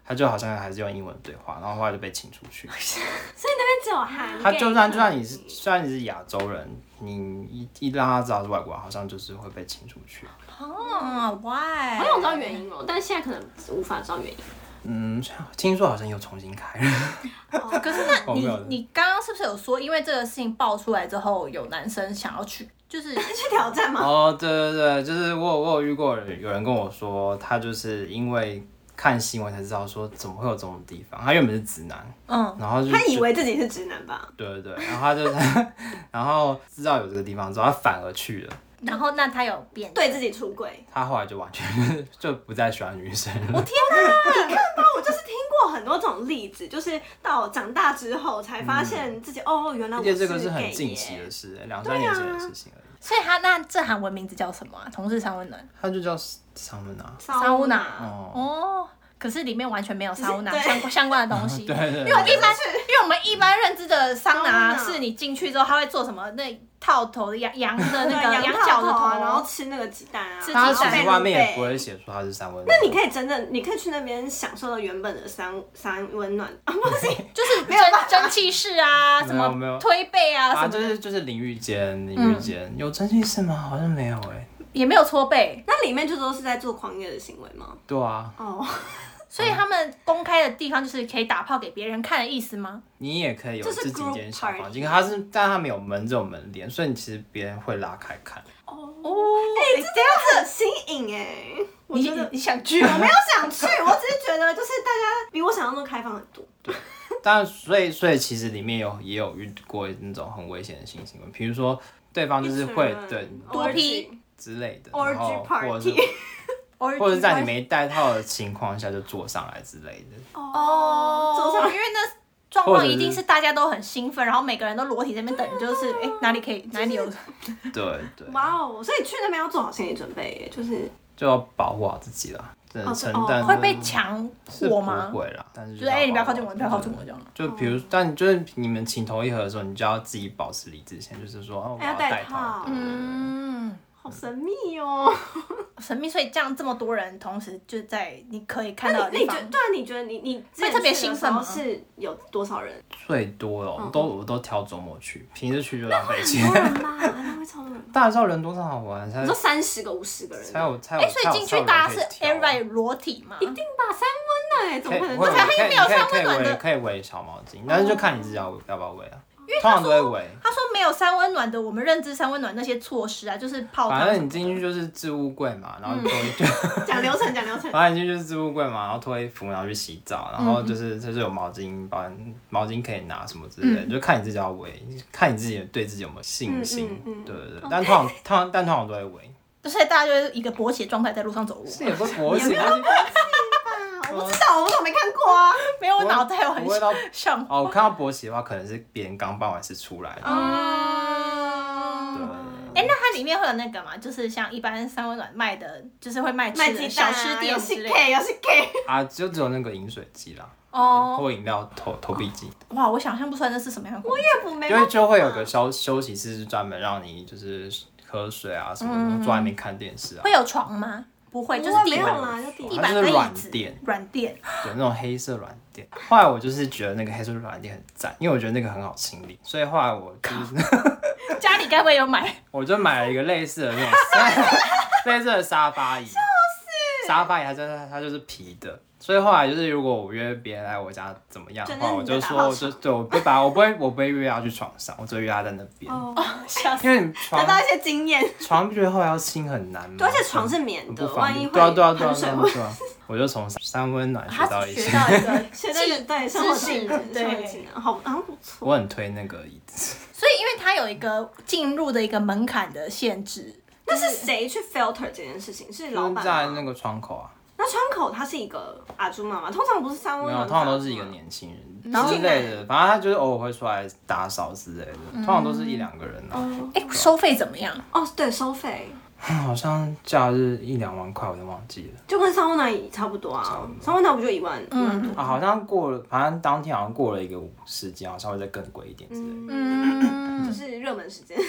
他就好像还是用英文对话，然后后来就被请出去。 所以那边只有韩。 他就算就算你是虽然你是亚洲人，你一一让他知道是外国人，好像就是会被请出去。 哦 ，why？ 好想知道原因哦，但是现在可能无法知道原因。 嗯，听说好像又重新开了。 可是那你哦没有你刚刚是不是有说，因为这个事情爆出来之后，有男生想要去，就是去挑战吗？ 哦，对对对，就是我有我有遇过有人跟我说，他就是因为看新闻才知道说怎么会有这种地方。他原本是直男， 嗯， 然后就他以为自己是直男吧？ 对对对，然后他就然后知道有这个地方之后，他反而去了。 然后那他有变， 对自己出轨。 他后来就完全就不再喜欢女生了。 我天哪！你看吧，我就是听过很多种例子，就是到长大之后才发现自己、嗯、哦，原来我是 gay 耶。 而且这个是很近期的事，两三年前的事情而已。 所以他那这韩文名字叫什么啊？同志三温暖。 他就叫桑温娜。 桑温娜。 哦。 哦。可是里面完全没有桑拿相关相关的东西， 对对对， 因为一般，因为我们一般认知的桑拿是你进去之后，他会做什么？那套头的羊羊的那个羊角的头， 然后吃那个鸡蛋啊。 他其实外面也不会写出他是三温暖。 那你可以真正，你可以去那边享受到原本的三三温暖啊，不是， 就是蒸蒸汽室啊，什么推背啊，什么就是就是淋浴间，淋浴间有蒸汽室吗？好像没有哎， 也没有搓背。 那里面就都是在做狂野的行为吗？ 对啊。 哦。 所以他们公开的地方就是可以打炮给别人看的意思吗？ 你也可以有自己一间小房间，它是，但它没有门这种门帘，所以你其实别人会拉开看。 哦，哎、欸，这样子很新颖哎！我觉得你想去？ 我没有想去，我只是觉得就是大家比我想象中开放很多。 对，但所以所以其实里面有也有遇过那种很危险的性行为，比如说对方就是会对多批之类的， 然后或者是。 或者是在你没戴套的情况下就坐上来之类的哦，坐上，因为那状况一定是大家都很兴奋，然后每个人都裸体在那边等，就是哎、欸、哪里可以哪里有， 对对。 哇哦，所以去那边要做好心理准备耶，就是就要保护好自己啦，真的承担。 会被强迫吗？ 不会啦，但是就是哎、欸、你不要靠近我，你不要靠近我这样。 就比如，但就是你们情投意合的时候，你就要自己保持理智先，就是说哦我要戴套， 嗯。 好神秘哦， 神秘，所以这样这么多人同时就在你可以看到的地方。 那你觉对啊？你觉得你你会特别兴奋吗？ 是有多少人？ 最多了，我都我都挑周末去，平时去就浪费钱。 多人吧？那会超多人。 大招人多少好玩？你说三十个、五十个人， 才有才有。 哎，所以进去大家是 everybody 裸体吗？ 一定吧，三温暖哎，怎么可能？ 而且他又没有三温暖的， 可以围小毛巾，但是就看你自己要要不要围啊。通常都会围。 他说没有三温暖的，我们认知三温暖那些措施啊，就是泡汤。 反正你进去就是置物柜嘛，然后脱就讲流程讲流程。 反正你进去就是置物柜嘛，然后脱衣服，然后去洗澡，然后就是就是有毛巾，保毛巾可以拿什么之类的，就看你自己要围，看你自己对自己有没有信心，对对对。但通常通常但通常都会围。 所以大家就是一个勃起的状态在路上走路。 是也不是勃起。 我不知道，我怎么没看过啊？ 没有，我脑袋有很像。 哦，我看到勃起的话，可能是别人刚办完事出来的。 嗯。对。哎、欸，那它里面会有那个嘛？就是像一般三温暖卖的，就是会卖吃的小吃店之类的。 有是 K， 啊，就只有那个饮水机啦。 哦。 或饮料投投币机。 哇，我想象不出来那是什么样的。 我也不没。 因为就会有个休休息室，是专门让你就是喝水啊什么的，坐在那边看电视啊。 会有床吗？不会，就是地板，地板跟软椅子， 垫， 软垫， 对，那种黑色软垫。后来我就是觉得那个黑色软垫很赞，因为我觉得那个很好清理，所以后来我就是家里该不会有买？ 我就买了一个类似的那种类似的沙发椅，沙发椅它就是它就是皮的。所以后来就是，如果我约别人来我家怎么样的话，我就说，我就对我不把我不会，我不会约他去床上，我只会约他在那边。哦，因为你床得到一些经验。 床不觉得后来要清很难吗？ 对，而且床是棉的，万一会对啊对啊对啊对啊！我就从三温暖学到一些， 学到一个学到一个对生活技能，对技能，好好不错。 我很推那个椅子。 所以，因为它有一个进入的一个门槛的限制。 那是谁去 filter 这件事情？是老板在那个窗口啊。 那窗口他是一个阿朱妈妈，通常不是三温暖， 没有，通常都是一个年轻人之类的，反正他就是偶尔会出来打扫之类的，通常都是一两个人啊。 哎，收费怎么样？ 哦，对，收费好像假日一两万块，我就忘记了。 就跟三温暖差不多啊，三温暖不就一万？嗯啊，好像过了，反正当天好像过了一个时间，好像会再更贵一点之类的。 嗯， 就是热门时间。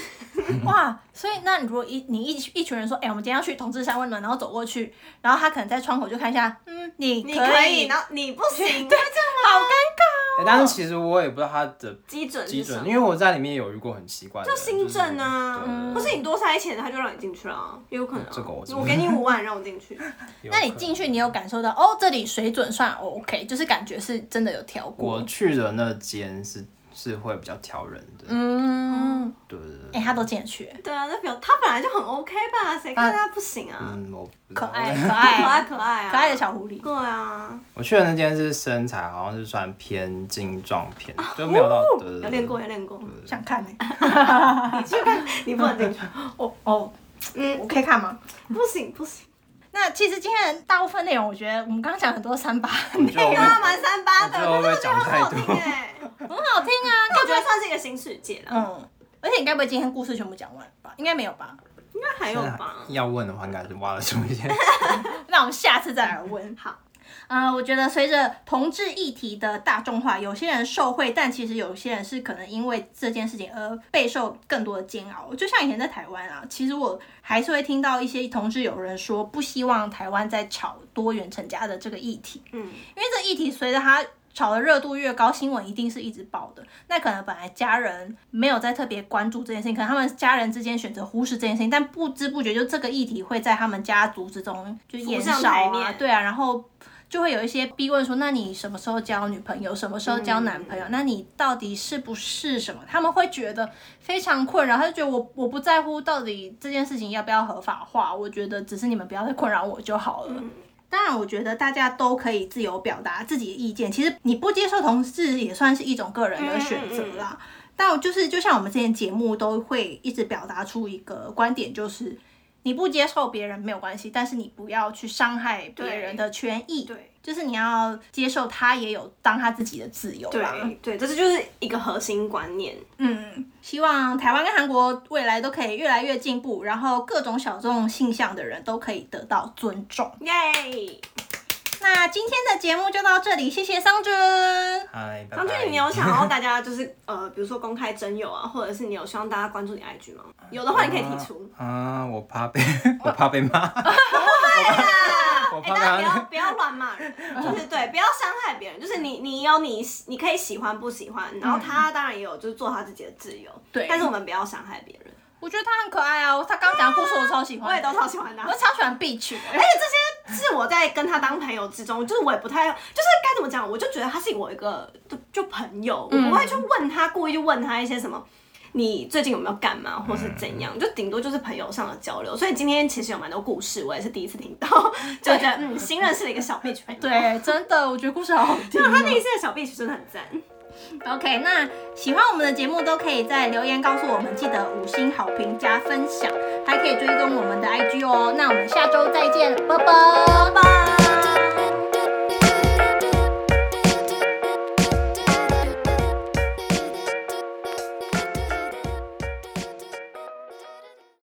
哇，所以那如果一你一一群人说，哎、欸，我们今天要去同志山温暖，然后走过去，然后他可能在窗口就看一下，嗯，你可以， 你可以，然后你不行，对， 这样好尴尬、哦欸。但是其实我也不知道他的基准基准，因为我在里面有遇过很奇怪的， 就新政啊， 就是、 不是你多塞钱，他就让你进去了，也有可能、啊。 这个我我给你五万让我进去， 那你进去，你有感受到哦，这里水准算 OK， 就是感觉是真的有调过。 我去的那间是是会比较挑人的， 嗯， 对对对。 哎、欸，他都进得去。 对啊，那表他本来就很 OK 吧，谁看他不行啊？ 嗯，我可爱可爱可爱可爱啊， 可爱的小狐狸。 对啊， 我去的那间是身材好像是算偏精壮偏，就没有到。 哦、 对对对， 有练过有练过， 想看呢、欸。 你去看，你不能进去。 哦哦，嗯，我可以看吗？ 不行不行。 那其实今天的大部分内容，我觉得我们刚刚讲很多三八内容， 对啊，蛮三八的， 会不会讲太多？ 很好听哎， 很好听啊， 我觉得算是一个新世界了。 嗯，而且你该不会今天故事全部讲完吧？应该没有吧？ 应该还有吧？ 要问的话，应该是挖得出一些。 那我们下次再来问。 好。 呃，我觉得随着同志议题的大众化，有些人受惠，但其实有些人是可能因为这件事情而备受更多的煎熬。就像以前在台湾啊，其实我还是会听到一些同志友人说，不希望台湾在吵多元成家的这个议题，嗯，因为这议题随着它炒的热度越高，新闻一定是一直报的。那可能本来家人没有在特别关注这件事情，可能他们家人之间选择忽视这件事情，但不知不觉就这个议题会在他们家族之中就延烧啊，对啊，然后就会有一些逼问说，那你什么时候交女朋友，什么时候交男朋友、嗯、那你到底是不是什么，他们会觉得非常困扰，他就觉得我我不在乎到底这件事情要不要合法化，我觉得只是你们不要再困扰我就好了、嗯，当然我觉得大家都可以自由表达自己的意见，其实你不接受同志也算是一种个人的选择啦、嗯嗯嗯、但就是就像我们之前节目都会一直表达出一个观点，就是你不接受别人没有关系，但是你不要去伤害别人的权益。对，就是你要接受他也有当他自己的自由啦。 对，对，这是就是一个核心观念。 嗯，希望台湾跟韩国未来都可以越来越进步，然后各种小众性向的人都可以得到尊重。 耶！ 那今天的节目就到这里，谢谢桑君。 嗨，拜拜。 桑君，你有想要大家就是呃，比如说公开征友啊，或者是你有希望大家关注你 I G 吗？有的话你可以提出。 啊，我怕被我怕被骂。 不会啦， 我哎、欸，大家不要不要乱骂人，就是对，不要伤害别人，就是你你有你你可以喜欢不喜欢，然后他当然也有就是做他自己的自由，对，但是我们不要伤害别人。 我觉得他很可爱啊，他刚讲的故事我超喜欢， 我也都超喜欢的、啊， 我超喜欢 Beach， 而且这些是我在跟他当朋友之中，就是我也不太，就是该怎么讲，我就觉得他是我一个就就朋友，我不会去问他，故意去问他一些什么，你最近有没有干嘛，或是怎样，就顶多就是朋友上的交流。所以今天其实有蛮多故事，我也是第一次听到，就觉得嗯，新认识了一个小 Beach 朋友。 对，真的，我觉得故事好好听、喔。 他第一次的小 Beach 真的很赞。 OK， 那喜欢我们的节目都可以在留言告诉我们，记得五星好评加分享，还可以追踪我们的 I G 哦。那我们下周再见，拜拜。 拜拜。